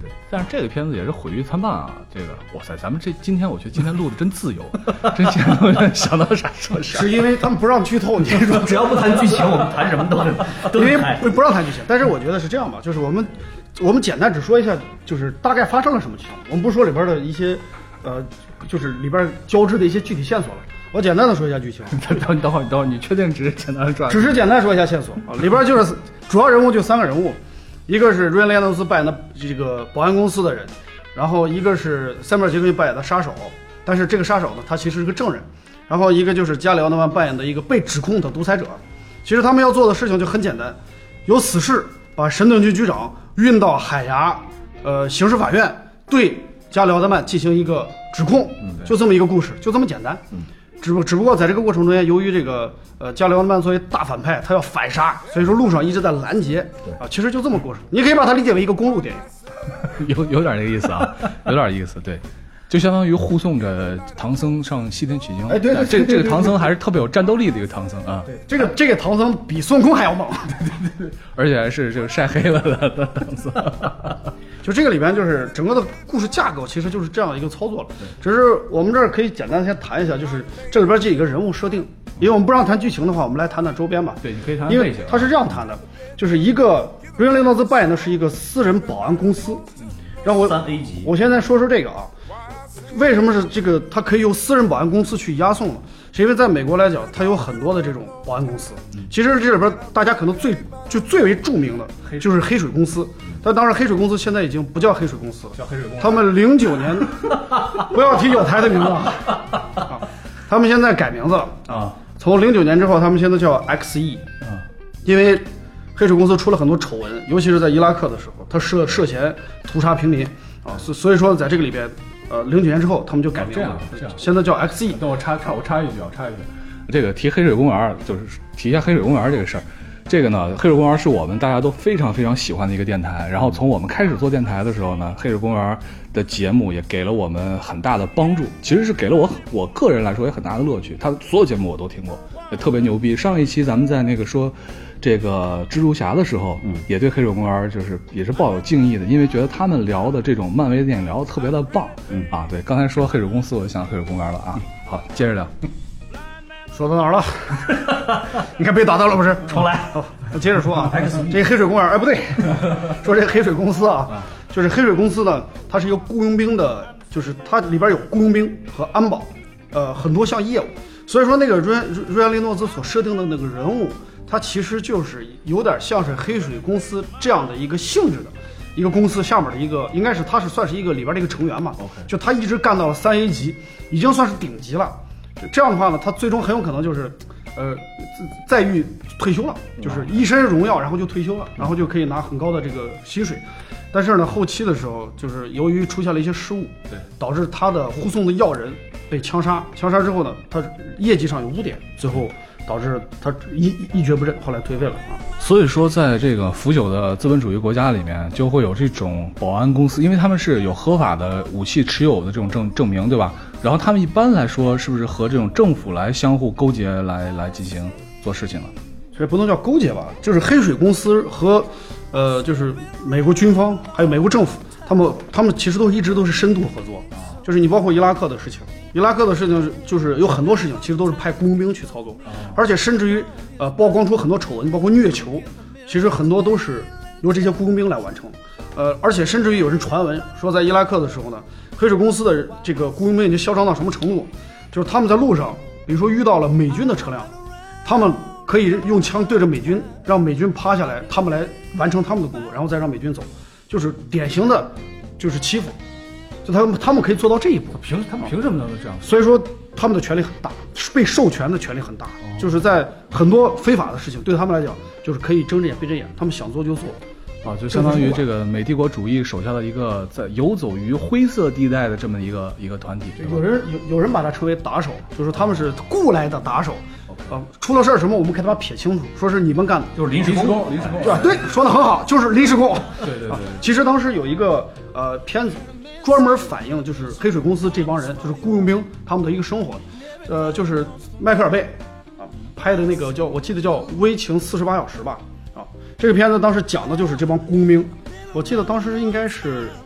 对。 但是这个片子也是毁誉参半啊！这个，哇塞，咱们今天我觉得今天录的真自由，真想到啥说啥。 是因为他们不让剧透，你说只要不谈剧情，我们谈什么都因为不让谈剧情。但是我觉得是这样吧，就是我们简单只说一下，就是大概发生了什么情况。我们不说里边的一些就是里边交织的一些具体线索了。我简单的说一下剧情。 等会儿，你确定只是简单的说？ 只是简单说一下线索啊，里边就是主要人物就3个人物，一个是瑞恩·雷诺兹扮演的这个保安公司的人，然后一个是塞缪尔·杰克逊扮演的杀手，但是这个杀手呢，他其实是个证人，然后一个就是加里奥纳曼扮演的一个被指控的独裁者。其实他们要做的事情就很简单，由死士把神盾局局长运到海牙刑事法院，对加里奥纳曼进行一个指控，就这么一个故事，就这么简单。只不过在这个过程中间，由于这个加里奥纳曼作为大反派，他要反杀，所以说路上一直在拦截啊。其实就这么故事，你可以把它理解为一个公路电影， 有点那个意思啊，有点意思，对，就相当于护送着唐僧上西天取经。 哎，对， 这个唐僧还是特别有战斗力的一个唐僧啊。 对，这个唐僧比孙悟空还要猛， 对，而且还是这个晒黑了的唐僧。 就这个里边就是整个的故事架构，其实就是这样一个操作了。只是我们这儿可以简单先谈一下，就是这里边这几个人物设定，因为我们不让谈剧情的话，我们来谈谈周边吧。 对，你可以谈因为他是这样谈的，就是一个瑞恩·雷诺兹扮演的是一个私人保安公司，然后 3A 级。 我现在说这个啊，为什么是这个？他可以由私人保安公司去押送呢？是因为在美国来讲，它有很多的这种保安公司。其实这里边大家可能最为著名的就是黑水公司。但当然，黑水公司现在已经不叫黑水公司了， 叫黑水公司。 他们09年不要提有台的名字啊，他们现在改名字了啊。从 09年之后，他们现在叫 XE 啊，因为黑水公司出了很多丑闻，尤其是在伊拉克的时候，他涉嫌屠杀平民啊，所以说在这个里边。09年之后，他们就改名了， 这样， 现在叫 XE。 那我插一句，这个提黑水公园，就是提一下黑水公园这个事儿。这个呢，黑水公园是我们大家都非常非常喜欢的一个电台。然后从我们开始做电台的时候呢，黑水公园的节目也给了我们很大的帮助，其实是给了我个人来说也很大的乐趣。他所有节目我都听过，也特别牛逼。上一期咱们在那个说这个蜘蛛侠的时候，也对黑水公园也是抱有敬意的，因为觉得他们聊的这种漫威电影聊得特别的棒。啊，对，刚才说黑水公司，我就想黑水公园了啊。好，接着聊。 说到哪儿了？你看被打到了不是？ 重来。 好，接着说啊，这个黑水公园，哎不对，说这个黑水公司啊，就是黑水公司呢，它是一个雇佣兵的，就是它里边有雇佣兵和安保，很多项业务。所以说那个瑞安·雷诺兹所设定的那个人物，他其实就是有点像是黑水公司这样的一个性质的一个公司下面的一个，应该是他是算是一个里边的一个成员嘛。就他一直干到了3A 级，已经算是顶级了。这样的话呢，他最终很有可能就是再遇退休了，就是一身荣耀，然后就退休了，然后就可以拿很高的这个薪水。但是呢，后期的时候，就是由于出现了一些失误， 对， 导致他的护送的要人被枪杀。枪杀之后呢，他业绩上有污点，最后导致他一蹶不振，后来颓废了啊。 所以说，在这个腐朽的资本主义国家里面，就会有这种保安公司，因为他们是有合法的武器持有的这种证明，对吧？然后他们一般来说，是不是和这种政府来相互勾结来进行做事情了？ 这不能叫勾结吧，就是黑水公司和就是美国军方还有美国政府，他们其实一直都是深度合作。就是你包括伊拉克的事情，就是有很多事情其实都是派雇佣兵去操作，而且甚至于曝光出很多丑闻，包括虐囚，其实很多都是由这些雇佣兵来完成。而且甚至于有人传闻说，在伊拉克的时候呢，黑水公司的这个雇佣兵已经嚣张到什么程度，就是他们在路上，比如说遇到了美军的车辆，他们可以用枪对着美军，让美军趴下来，他们来完成他们的工作，然后再让美军走，就是典型的就是欺负。就他们可以做到这一步， 他们凭什么能这样？ 所以说他们的权力很大，被授权的权力很大，就是在很多非法的事情对他们来讲，就是可以睁着眼闭着眼，他们想做就做。 啊，就相当于这个美帝国主义手下的一个在游走于灰色地带的这么一个团体。 有人把它称为打手，就是他们是雇来的打手。出了事儿什么，我们给他把撇清楚，说是你们干的， 就是临时工， 对，说的很好，就是临时工。 对。 其实当时有一个片子，专门反映就是黑水公司这帮人，就是雇佣兵他们的一个生活，就是迈克尔贝啊拍的那个我记得叫《危情48小时》吧，啊，这个片子当时讲的就是这帮雇佣兵，我记得当时应该是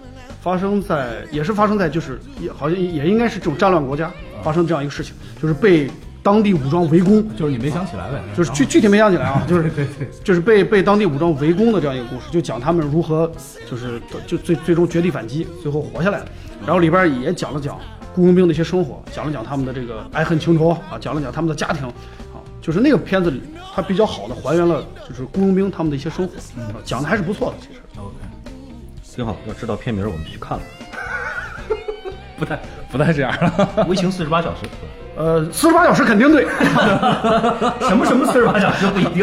也是发生在就是好像也应该是这种战乱国家发生这样一个事情，就是被当地武装围攻， 就是你没想起来呗， 就是具体没想起来啊，就是就是被当地武装围攻的这样一个故事，就讲他们如何就最终绝地反击，最后活下来了。然后里边也讲了讲雇佣兵的一些生活，讲了讲他们的这个爱恨情仇啊，讲了讲他们的家庭啊，就是那个片子里它比较好的还原了就是雇佣兵他们的一些生活，讲的还是不错的，其实。 挺好，要知道片名我们就去看了。 不太这样了。 微型48小时。 48小时肯定对。 什么48小时不一定。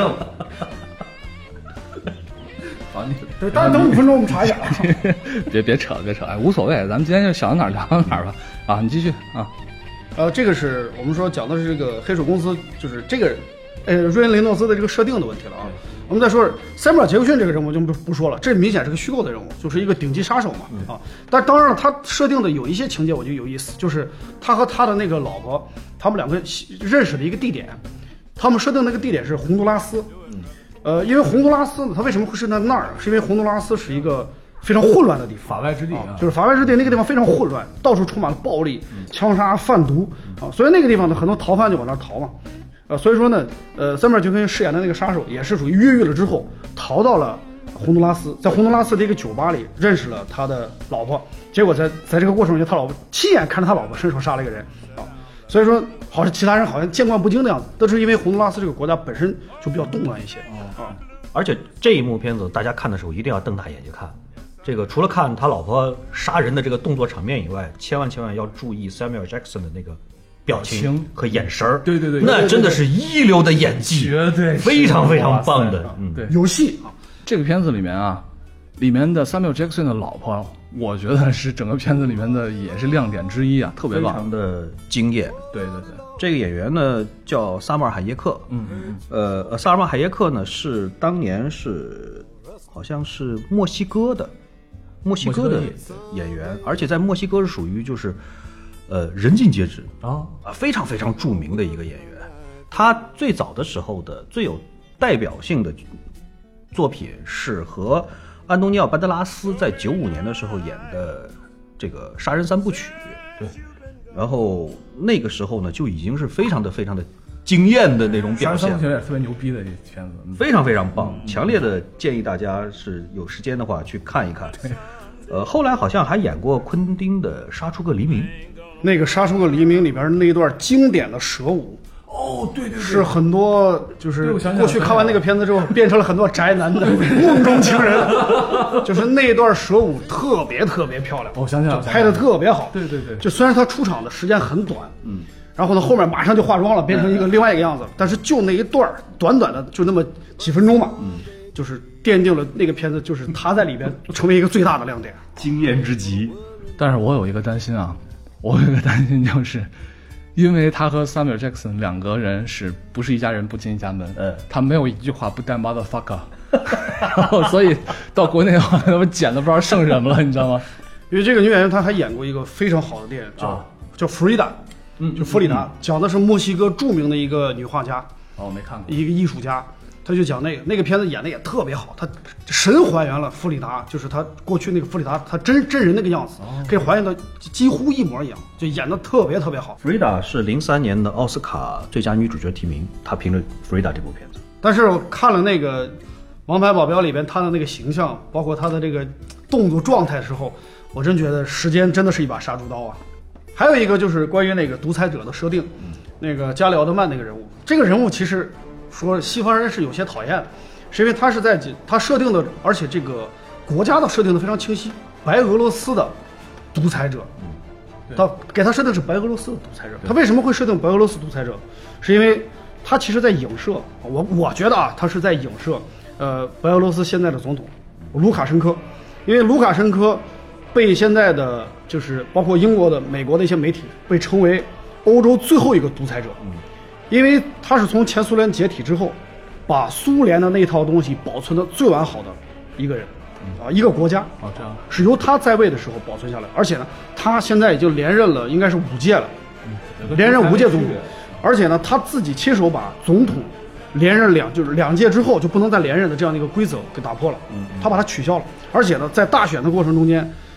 对，但等5分钟我们查一下。 别扯，哎，无所谓，咱们今天就想到哪儿聊到哪儿吧。啊，你继续啊。 这个是我们说讲的是这个黑水公司，就是这个瑞恩雷诺兹的这个设定的问题了啊。我们再说塞缪尔·杰克逊这个人物就不说了，这明显是个虚构的人物，就是一个顶级杀手嘛啊。但当然了，他设定的有一些情节我觉得有意思，就是他和他的那个老婆，他们两个认识的一个地点，他们设定那个地点是洪都拉斯。因为洪都拉斯呢，它为什么会是在那儿？是因为洪都拉斯是一个非常混乱的地方， 法外之地就是法外之地，那个地方非常混乱，到处充满了暴力、枪杀、贩毒啊，所以那个地方呢，很多逃犯就往那儿逃嘛。所以说呢，塞缪尔·杰克逊饰演的那个杀手也是属于越狱了之后逃到了洪都拉斯，在洪都拉斯的一个酒吧里认识了他的老婆，结果在这个过程中，他老婆亲眼看着他老婆伸手杀了一个人啊。所以说，好像其他人好像见惯不惊的样子，都是因为洪都拉斯这个国家本身就比较动乱一些啊。 而且这一幕片子大家看的时候一定要瞪大眼睛看，这个除了看他老婆杀人的这个动作场面以外，千万要注意 Samuel Jackson 的那个表情和眼神儿。 对， 那真的是一流的演技， 绝对非常非常棒的。 对， 游戏啊， 这个片子里面啊，里面的 Samuel Jackson 的老婆，我觉得是整个片子里面的也是亮点之一啊，特别棒， 非常的惊艳。 对， 这个演员呢叫萨默尔·海耶克。萨默尔·海耶克呢是当年是好像是墨西哥的演员，而且在墨西哥是属于就是人尽皆知非常非常著名的一个演员。他最早的时候的最有代表性的作品是和安东尼奥·班德拉斯在95年的时候演的这个《杀人3部曲》。 对。 然后那个时候呢，就已经是非常的惊艳的那种表现， 也特别牛逼的一片子， 非常非常棒，强烈的建议大家是有时间的话去看一看。后来好像还演过昆汀的《杀出个黎明》， 那个《杀出个黎明》里边那一段经典的蛇舞。 对， 是很多就是过去看完那个片子之后，变成了很多宅男的梦中情人。就是那一段蛇舞特别漂亮， 我想起来了， 拍的特别好。 对， 就虽然他出场的时间很短，然后呢后面马上就化妆了，变成另外一个样子，但是就那一段短短的就那么几分钟嘛，就是奠定了那个片子就是他在里边成为一个最大的亮点， 惊艳之极。 但是我有一个担心啊，就是。因为他和 Samuel Jackson 两个人是不是一家人不进一家门？他没有一句话不带 motherfucker， 然后所以到国内的话，他们剪的不知道剩什么了，你知道吗？ 因为这个女演员她还演过一个非常好的电影，叫弗里达，就弗里达，讲的是墨西哥著名的一个女画家， 没看过， 一个艺术家。他就讲那个片子演的也特别好，他神还原了弗里达，就是他过去那个弗里达，他真人那个样子，可以还原的几乎一模一样，就演的特别好。 弗里达是03年的奥斯卡最佳女主角提名，她凭着弗里达这部片子。 但是我看了那个《王牌保镖》里边她的那个形象，包括她的这个动作状态的时候，我真觉得时间真的是一把杀猪刀啊。还有一个就是关于那个独裁者的设定，那个加里奥德曼那个人物，这个人物其实。说西方人是有些讨厌的，是因为他是在他设定的，而且这个国家的设定的非常清晰，白俄罗斯的独裁者，他给他设定是白俄罗斯的独裁者。他为什么会设定白俄罗斯独裁者？是因为他其实在影射，我觉得啊，他是在影射白俄罗斯现在的总统卢卡申科，因为卢卡申科被现在的就是包括英国的、美国的一些媒体被称为欧洲最后一个独裁者。因为他是从前苏联解体之后，把苏联的那套东西保存的最完好的一个人，一个国家， 这样是由他在位的时候保存下来，而且呢，他现在已经连任了，应该是5届了，连任5届总统，而且呢，他自己亲手把总统连任2届之后就不能再连任的这样的一个规则给打破了，他把它取消了，而且呢，在大选的过程中间，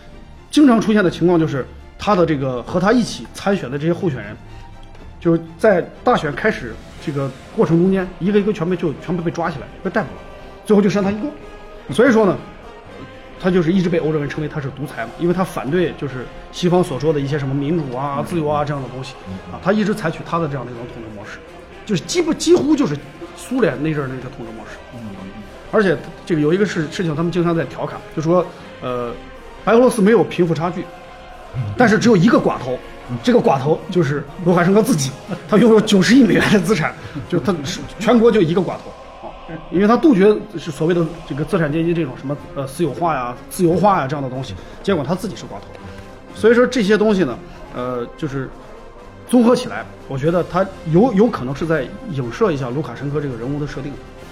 经常出现的情况就是他的这个和他一起参选的这些候选人，就是在大选开始这个过程中间，一个一个全部被抓起来，被逮捕了，最后就剩他一个。所以说呢，他就是一直被欧洲人称为他是独裁嘛，因为他反对就是西方所说的一些什么民主啊、自由啊这样的东西啊，他一直采取他的这样的一种统治模式，就是几乎就是苏联那阵儿那个统治模式。而且这个有一个事情，他们经常在调侃，就说白俄罗斯没有贫富差距，但是只有一个寡头，这个寡头就是卢卡申科自己，他拥有90亿美元的资产，就他是全国就一个寡头。因为他杜绝是所谓的这个资产阶级这种什么私有化呀、自由化呀这样的东西，结果他自己是寡头，所以说这些东西呢，就是综合起来，我觉得他有可能是在影射一下卢卡申科这个人物的设定，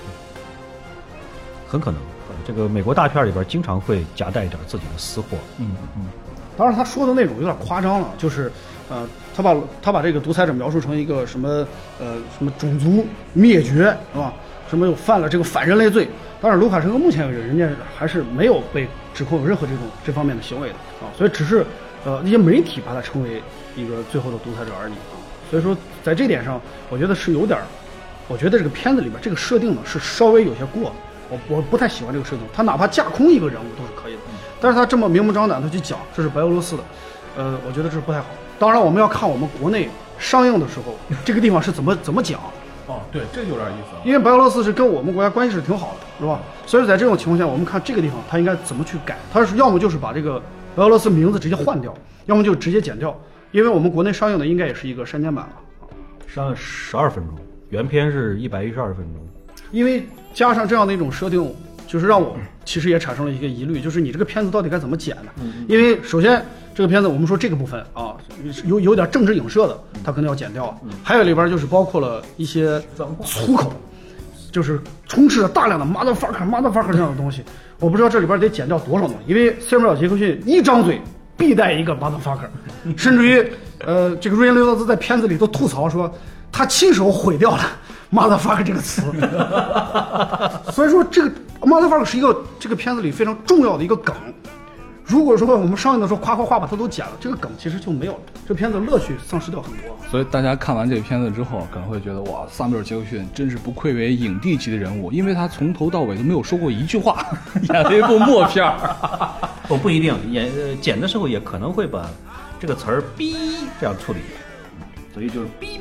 很可能。这个美国大片里边经常会夹带一点自己的私货。 当然他说的那种有点夸张了，就是他把这个独裁者描述成一个什么种族灭绝是吧？什么又犯了这个反人类罪？当然卢卡申科目前为止人家还是没有被指控有任何这方面的行为的啊，所以只是一些媒体把他称为一个最后的独裁者而已啊。所以说在这点上，我觉得是有点，我觉得这个片子里边这个设定呢是稍微有些过的。我不太喜欢这个设定，他哪怕架空一个人物都是可以的，但是他这么明目张胆的去讲这是白俄罗斯的，我觉得这是不太好。当然我们要看我们国内上映的时候，这个地方是怎么讲。 哦，对，这有点意思。 因为白俄罗斯是跟我们国家关系是挺好的，是吧？所以在这种情况下，我们看这个地方他应该怎么去改，他是要么就是把这个白俄罗斯名字直接换掉，要么就直接剪掉，因为我们国内上映的应该也是一个删减版了。 上12分钟，原片是112分钟。 因为加上这样的一种设定，就是让我其实也产生了一个疑虑，就是你这个片子到底该怎么剪呢？因为首先这个片子我们说这个部分啊，有点政治影射的，它可能要剪掉。还有里边就是包括了一些粗口，就是充斥着大量的 motherfucker 这样的东西，我不知道这里边得剪掉多少东西，因为塞缪尔·杰克逊一张嘴必带一个 motherfucker， 甚至于这个瑞恩·雷诺兹在片子里都吐槽说他亲手毁掉了 motherfucker 这个词。所以说这个 motherfucker 是一个这个片子里非常重要的一个梗，如果说我们上映的时候夸把它都剪了，这个梗其实就没有了，这片子乐趣丧失掉很多。 所以大家看完这个片子之后可能会觉得，哇，萨缪尔·杰克逊真是不愧为影帝级的人物，因为他从头到尾都没有说过一句话，演了一部默片。 我不一定剪的时候也可能会把这个词儿逼这样处理，所以就是逼。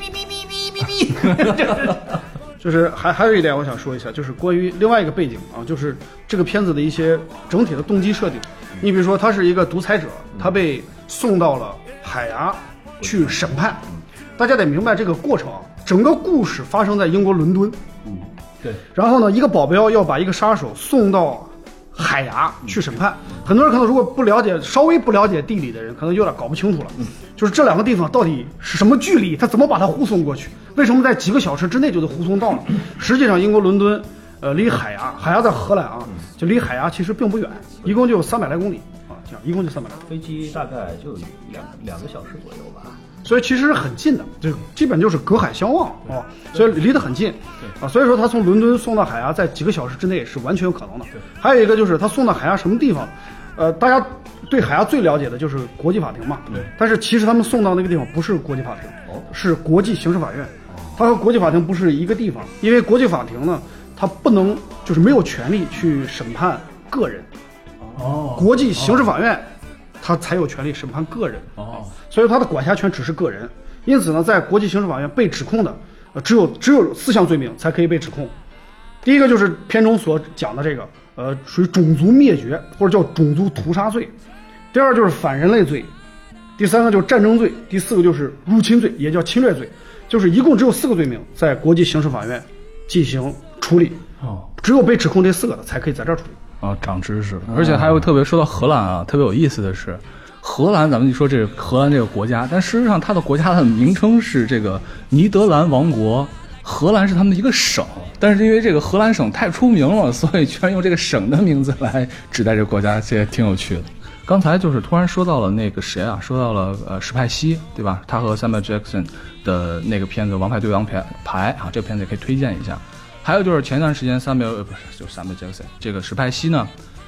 就是还有一点我想说一下，就是关于另外一个背景啊，就是这个片子的一些整体的动机设定。你比如说他是一个独裁者，他被送到了海牙去审判，大家得明白这个过程啊，整个故事发生在英国伦敦。 对。 然后呢，一个保镖要把一个杀手送到海牙去审判，很多人可能如果稍微不了解地理的人，可能有点搞不清楚了。就是这两个地方到底是什么距离，他怎么把它护送过去？为什么在几个小时之内就得护送到呢？实际上，英国伦敦，离海牙在荷兰啊，就离海牙其实并不远，一共就300来公里啊，这样一共就300来公里， 飞机大概就两个小时左右吧。 所以其实很近的，就基本就是隔海相望啊，所以离得很近啊。所以说他从伦敦送到海牙，在几个小时之内是完全有可能的。还有一个就是他送到海牙什么地方？大家对海牙最了解的就是国际法庭嘛。对。但是其实他们送到那个地方不是国际法庭，是国际刑事法院。它和国际法庭不是一个地方，因为国际法庭呢，它不能就是没有权利去审判个人。国际刑事法院。他才有权利审判个人所以他的管辖权只是个人。因此呢，在国际刑事法院被指控的，只有4项罪名才可以被指控。第一个就是片中所讲的这个，属于种族灭绝或者叫种族屠杀罪。第二就是反人类罪。第三个就是战争罪。第四个就是入侵罪，也叫侵略罪。就是一共只有4个罪名在国际刑事法院进行处理。只有被指控这4个的才可以在这儿处理。 长知识了。而且还有特别说到荷兰啊，特别有意思的是，荷兰咱们一说这荷兰这个国家，但事实上它的国家的名称是这个尼德兰王国，荷兰是他们的一个省，但是因为这个荷兰省太出名了，所以居然用这个省的名字来指代这个国家，这也挺有趣的。刚才就是突然说到了那个谁啊，说到了史派西，对吧？他和 Samuel Jackson 的那个片子《王牌对王牌》啊，这个片子也可以推荐一下。还有就是前段时间Samuel Jackson 这个史派西呢，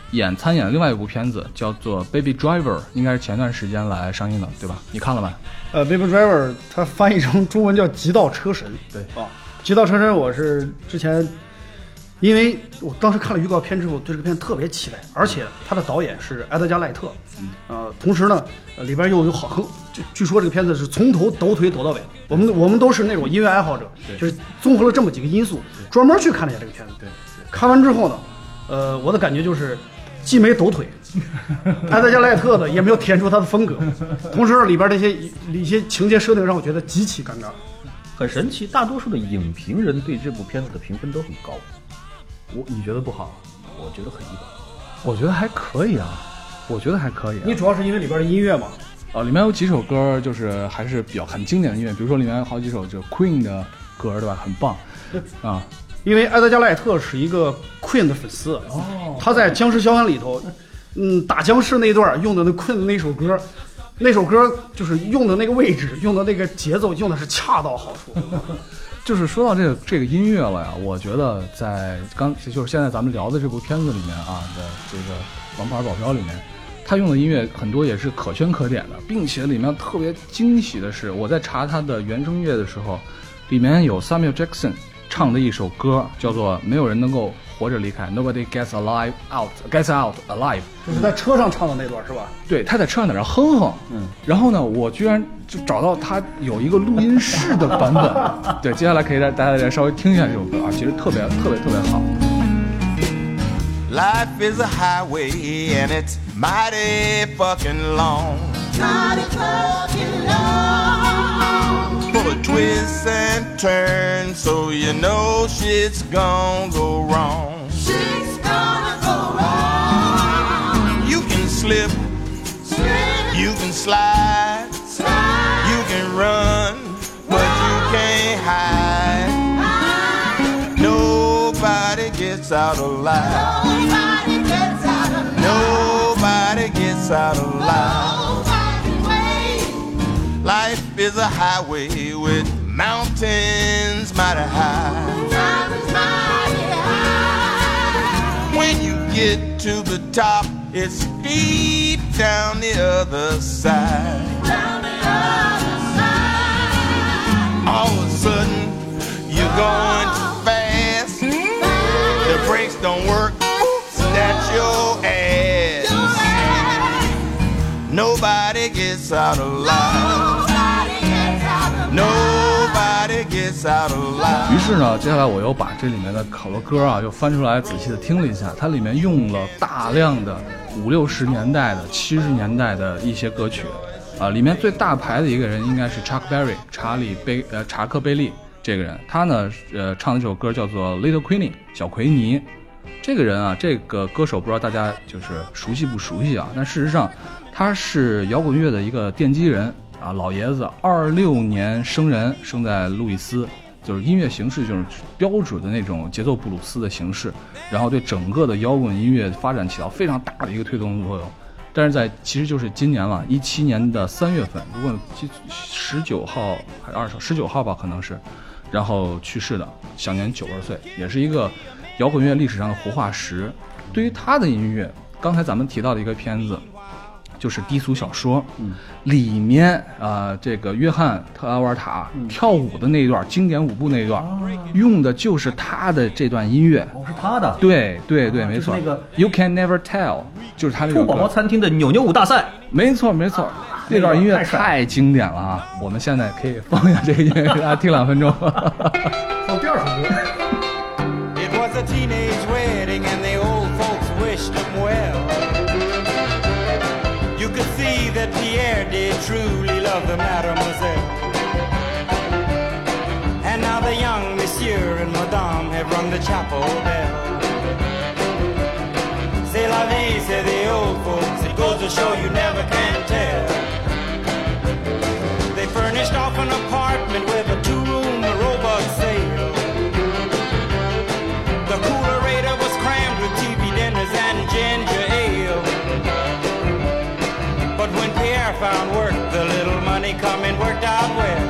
参演另外一部片子叫做《Baby Driver》，应该是前段时间来上映的，对吧？你看了吗 ？Baby Driver 它翻译成中文叫《极道车神》。 对啊，《极道车神》我是之前，因为我当时看了预告片之后，对这个片特别期待，而且他的导演是埃德加·赖特，同时呢，里边又有据说这个片子是从头抖腿抖到尾。我们都是那种音乐爱好者，就是综合了这么几个因素，专门去看了一下这个片子。 对， 看完之后呢，我的感觉就是既没抖腿，埃德加·赖特的也没有体现出他的风格，同时里边的一些情节设定让我觉得极其尴尬。 很神奇，大多数的影评人对这部片子的评分都很高。 你觉得不好？ 我觉得很一般。 我觉得还可以啊， 你主要是因为里边的音乐嘛？ 里面有几首歌就是还是比较很经典的音乐，比如说里面有好几首就 Queen 的歌，对吧？很棒啊。 因为埃德加·赖特是一个 Queen 的粉丝，他在《僵尸肖恩》里头，打僵尸那一段用的那 Queen 的那首歌就是用的那个位置，用的那个节奏，用的是恰到好处。 就是说到这个音乐了呀，我觉得在就是现在咱们聊的这部片子里面啊的这个《王牌保镖》里面，他用的音乐很多也是可圈可点的，并且里面特别惊喜的是，我在查他的原声乐的时候，里面有 Samuel Jackson 唱的一首歌，叫做《没有人能够活着离开》 ，Nobody gets out alive， 就是在车上唱的那段是吧？ 对，他在车上在那哼哼，然后呢，我居然就找到他有一个录音室的版本，对，接下来可以大家再稍微听一下这首歌啊，其实特别好。 Life is a highway and it's mighty fucking long. Mighty fucking long. Full of twists and turns, so you know shit's gonna go wrong. Shit's gonna go wrong. You can slip, you can slide, you can run, but you can't hide. Nobody gets out alive. Nobody gets out alive. Life is a highway with mountains mighty high. When you get to the top, it's steep down the other side. All of a sudden, you're going too fast. The brakes don't work. That's your ass. Nobody gets out alive. Nobody gets out alive. 于是呢，接下来我又把这里面的好多歌啊，又翻出来仔细的听了一下，它里面用了大量的50、60年代的、70年代的一些歌曲啊，里面最大牌的一个人应该是 Chuck Berry 查克贝利这个人，他呢唱的这首歌叫做 Little Queenie 小奎尼。这个人啊，这个歌手不知道大家就是熟悉不熟悉啊？但事实上，他是摇滚乐的一个奠基人啊，老爷子，26年生人，生在路易斯，就是音乐形式就是标准的那种节奏布鲁斯的形式，然后对整个的摇滚音乐发展起到非常大的一个推动作用。但是其实就是今年了，17年的3月份，如果19号还是19号吧，可能是，然后去世的，享年90岁，也是一个摇滚乐历史上的活化石。对于他的音乐，刚才咱们提到的一个片子就是低俗小说，里面这个约翰特拉沃尔塔跳舞的那一段，经典舞步那一段，用的就是他的这段音乐。 是他的。 对，没错。 那个 You Can Never Tell 就是他那个兔宝宝餐厅的扭扭舞大赛。 没错，那段音乐太经典了啊！我们现在可以放一下这个音乐，给大家听2分钟。 放第二首歌。 It was a teenage wedding and the old folks wished them well. You could see that Pierre did truly love the mademoiselle. And now the young monsieur and madame have rung the chapel bell. C'est la vie, say the old folks, it goes to show you never can tell. They furnished off an apartment with a 2-room robot sale. The coolerator was crammed with TV dinners and ginger ale. But when Pierre found work, the little money coming worked out well.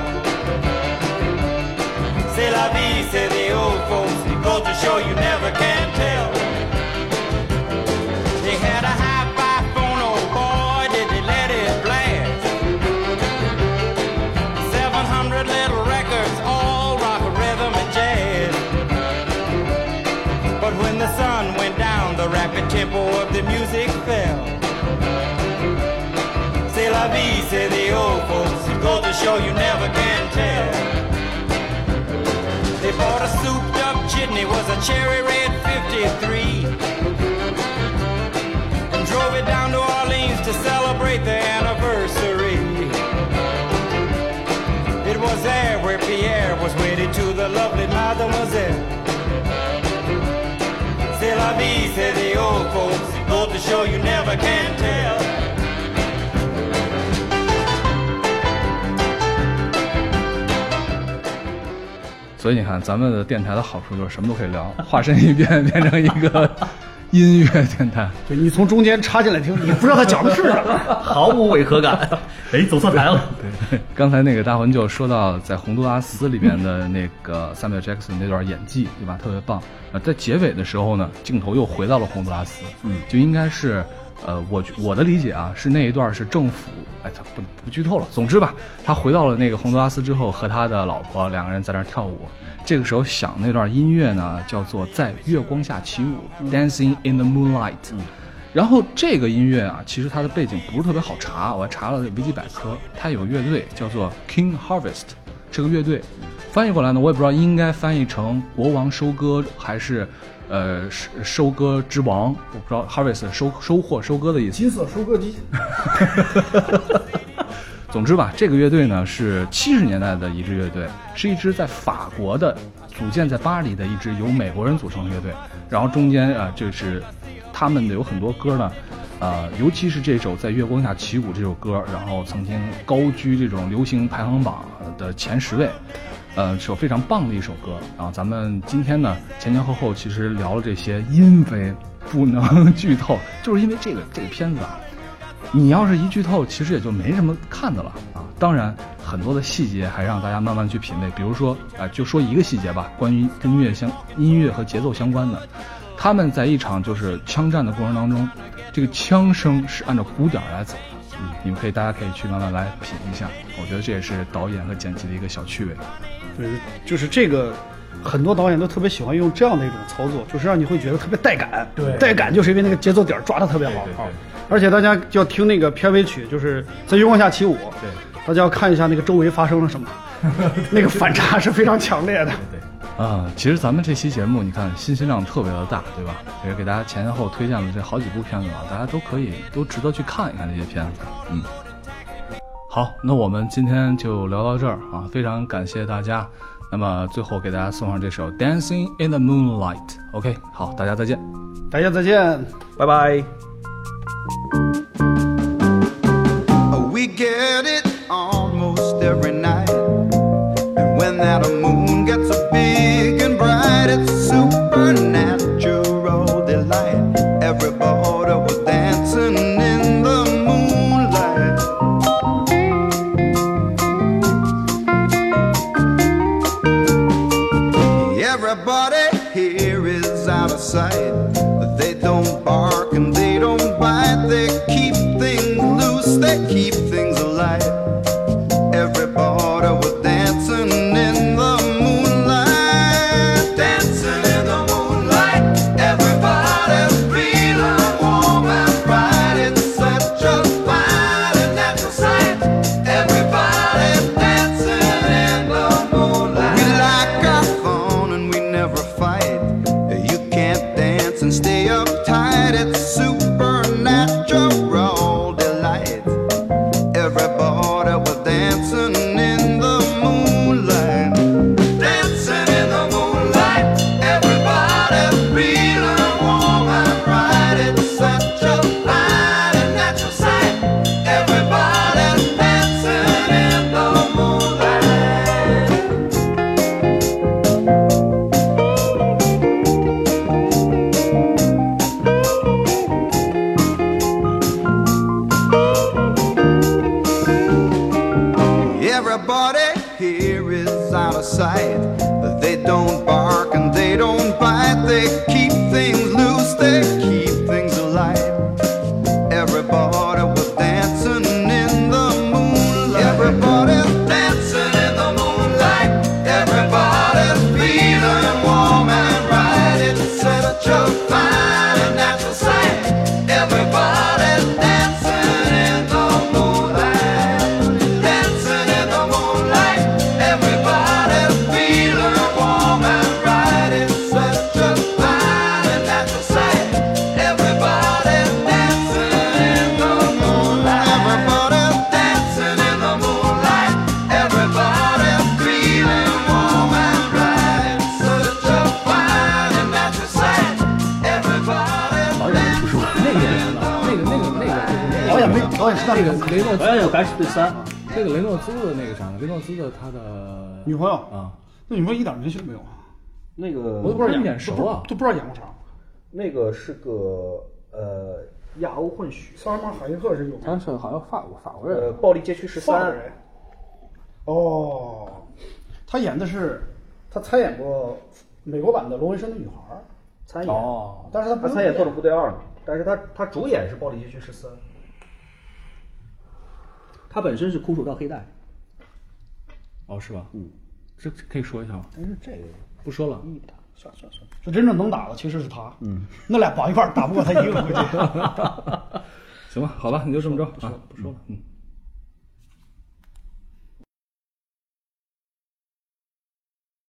C'est la vie, say the old folks, it goes to show you never can tell. They tempo of the music fell. C'est la vie, say the old folks. Go to show you never can tell. They bought a souped up chitney, was a cherry red 53, and drove it down to Orleans to celebrate the anniversary. It was there where Pierre was wedded to the lovely Mademoiselle. C'est la vie, say the old folks. Go to show you never can tell. 所以你看，咱们的电台的好处就是什么都可以聊，化身一变变成一个音乐电台。 对，你从中间插进来听，你不知道他讲的是什么， 毫无违和感。哎，走错台了。 对，刚才那个大魂就说到，在洪都拉斯里边的那个Samuel Jackson那段演技，对吧？特别棒。在结尾的时候呢，镜头又回到了洪都拉斯，就应该是。我的理解啊，是那一段是政府，他不剧透了。总之吧，他回到了那个洪都拉斯之后，和他的老婆两个人在那儿跳舞。这个时候响那段音乐呢，叫做《在月光下起舞》（Dancing in the Moonlight）。然后这个音乐啊，其实它的背景不是特别好查，我还查了维基百科，它有个乐队叫做 King Harvest。这个乐队翻译过来呢，我也不知道应该翻译成国王收割还是收割之王，我不知道 harvest 收获收割的意思。 金色收割机。 总之吧，这个乐队呢是70年代的一支乐队，是一支在法国的组建在巴黎的一支由美国人组成的乐队。然后中间就是他们的有很多歌呢，尤其是这首在月光下起舞这首歌，然后曾经高居这种流行排行榜的前10位。首非常棒的一首歌。然后咱们今天呢前前后后其实聊了这些，因为不能剧透，就是因为这个片子啊，你要是一剧透，其实也就没什么看的了啊。当然很多的细节还让大家慢慢去品味，比如说就说一个细节吧，关于跟音乐和节奏相关的，他们在一场就是枪战的过程当中，这个枪声是按照鼓点来走的。你们大家可以去慢慢来品一下，我觉得这也是导演和剪辑的一个小趣味。 对，就是这个，很多导演都特别喜欢用这样的一种操作，就是让你会觉得特别带感。 对， 带感就是因为那个节奏点抓得特别好。 对。 而且大家就要听那个片尾曲，就是在月光下起舞。 对， 大家要看一下那个周围发生了什么，那个反差是非常强烈的。 对。其实咱们这期节目，你看信息量特别的大，对吧？也是给大家前后推荐了这好几部片子啊，大家都值得去看一看这些片子。好，那我们今天就聊到这儿啊，非常感谢大家。那么最后给大家送上这首 Dancing in the Moonlight。OK， 好，大家再见。 大家再见， 拜拜。 We get it almost every night, and when that moon gets so big and bright, it's supernatural delight. Everybody was dancing in the moonlight. Everybody here is out of sight, but they don't bark and they don't bite. They keep things loose, they keep things alive. Everybody was dancing in the moonlight. 演员的，那个就是那个导演是那个雷诺兹， 导演有敢死队3， 那个雷诺兹的那个啥，雷诺兹的他的女朋友啊， 那女朋友一点联系都没有啊， 那个我都不知道眼熟啊， 都不知道演过啥。 那个是个亚欧混血， 萨尔玛哈耶克是有他是好像法国人， 暴力街区13。 哦，他演的是他参演过美国版的《罗纹身的女孩》， 参演， 但是他参演《特种部队2》嘛，但是他主演是暴力街区13。他本身是空手道黑带。 哦，是吧？这可以说一下吗？ 但是这个不说了， 意义不大，算了。 就真正能打的其实是他。那俩绑一块儿打不过他一个，估计。 行吧，好吧，你就这么着啊，不说了，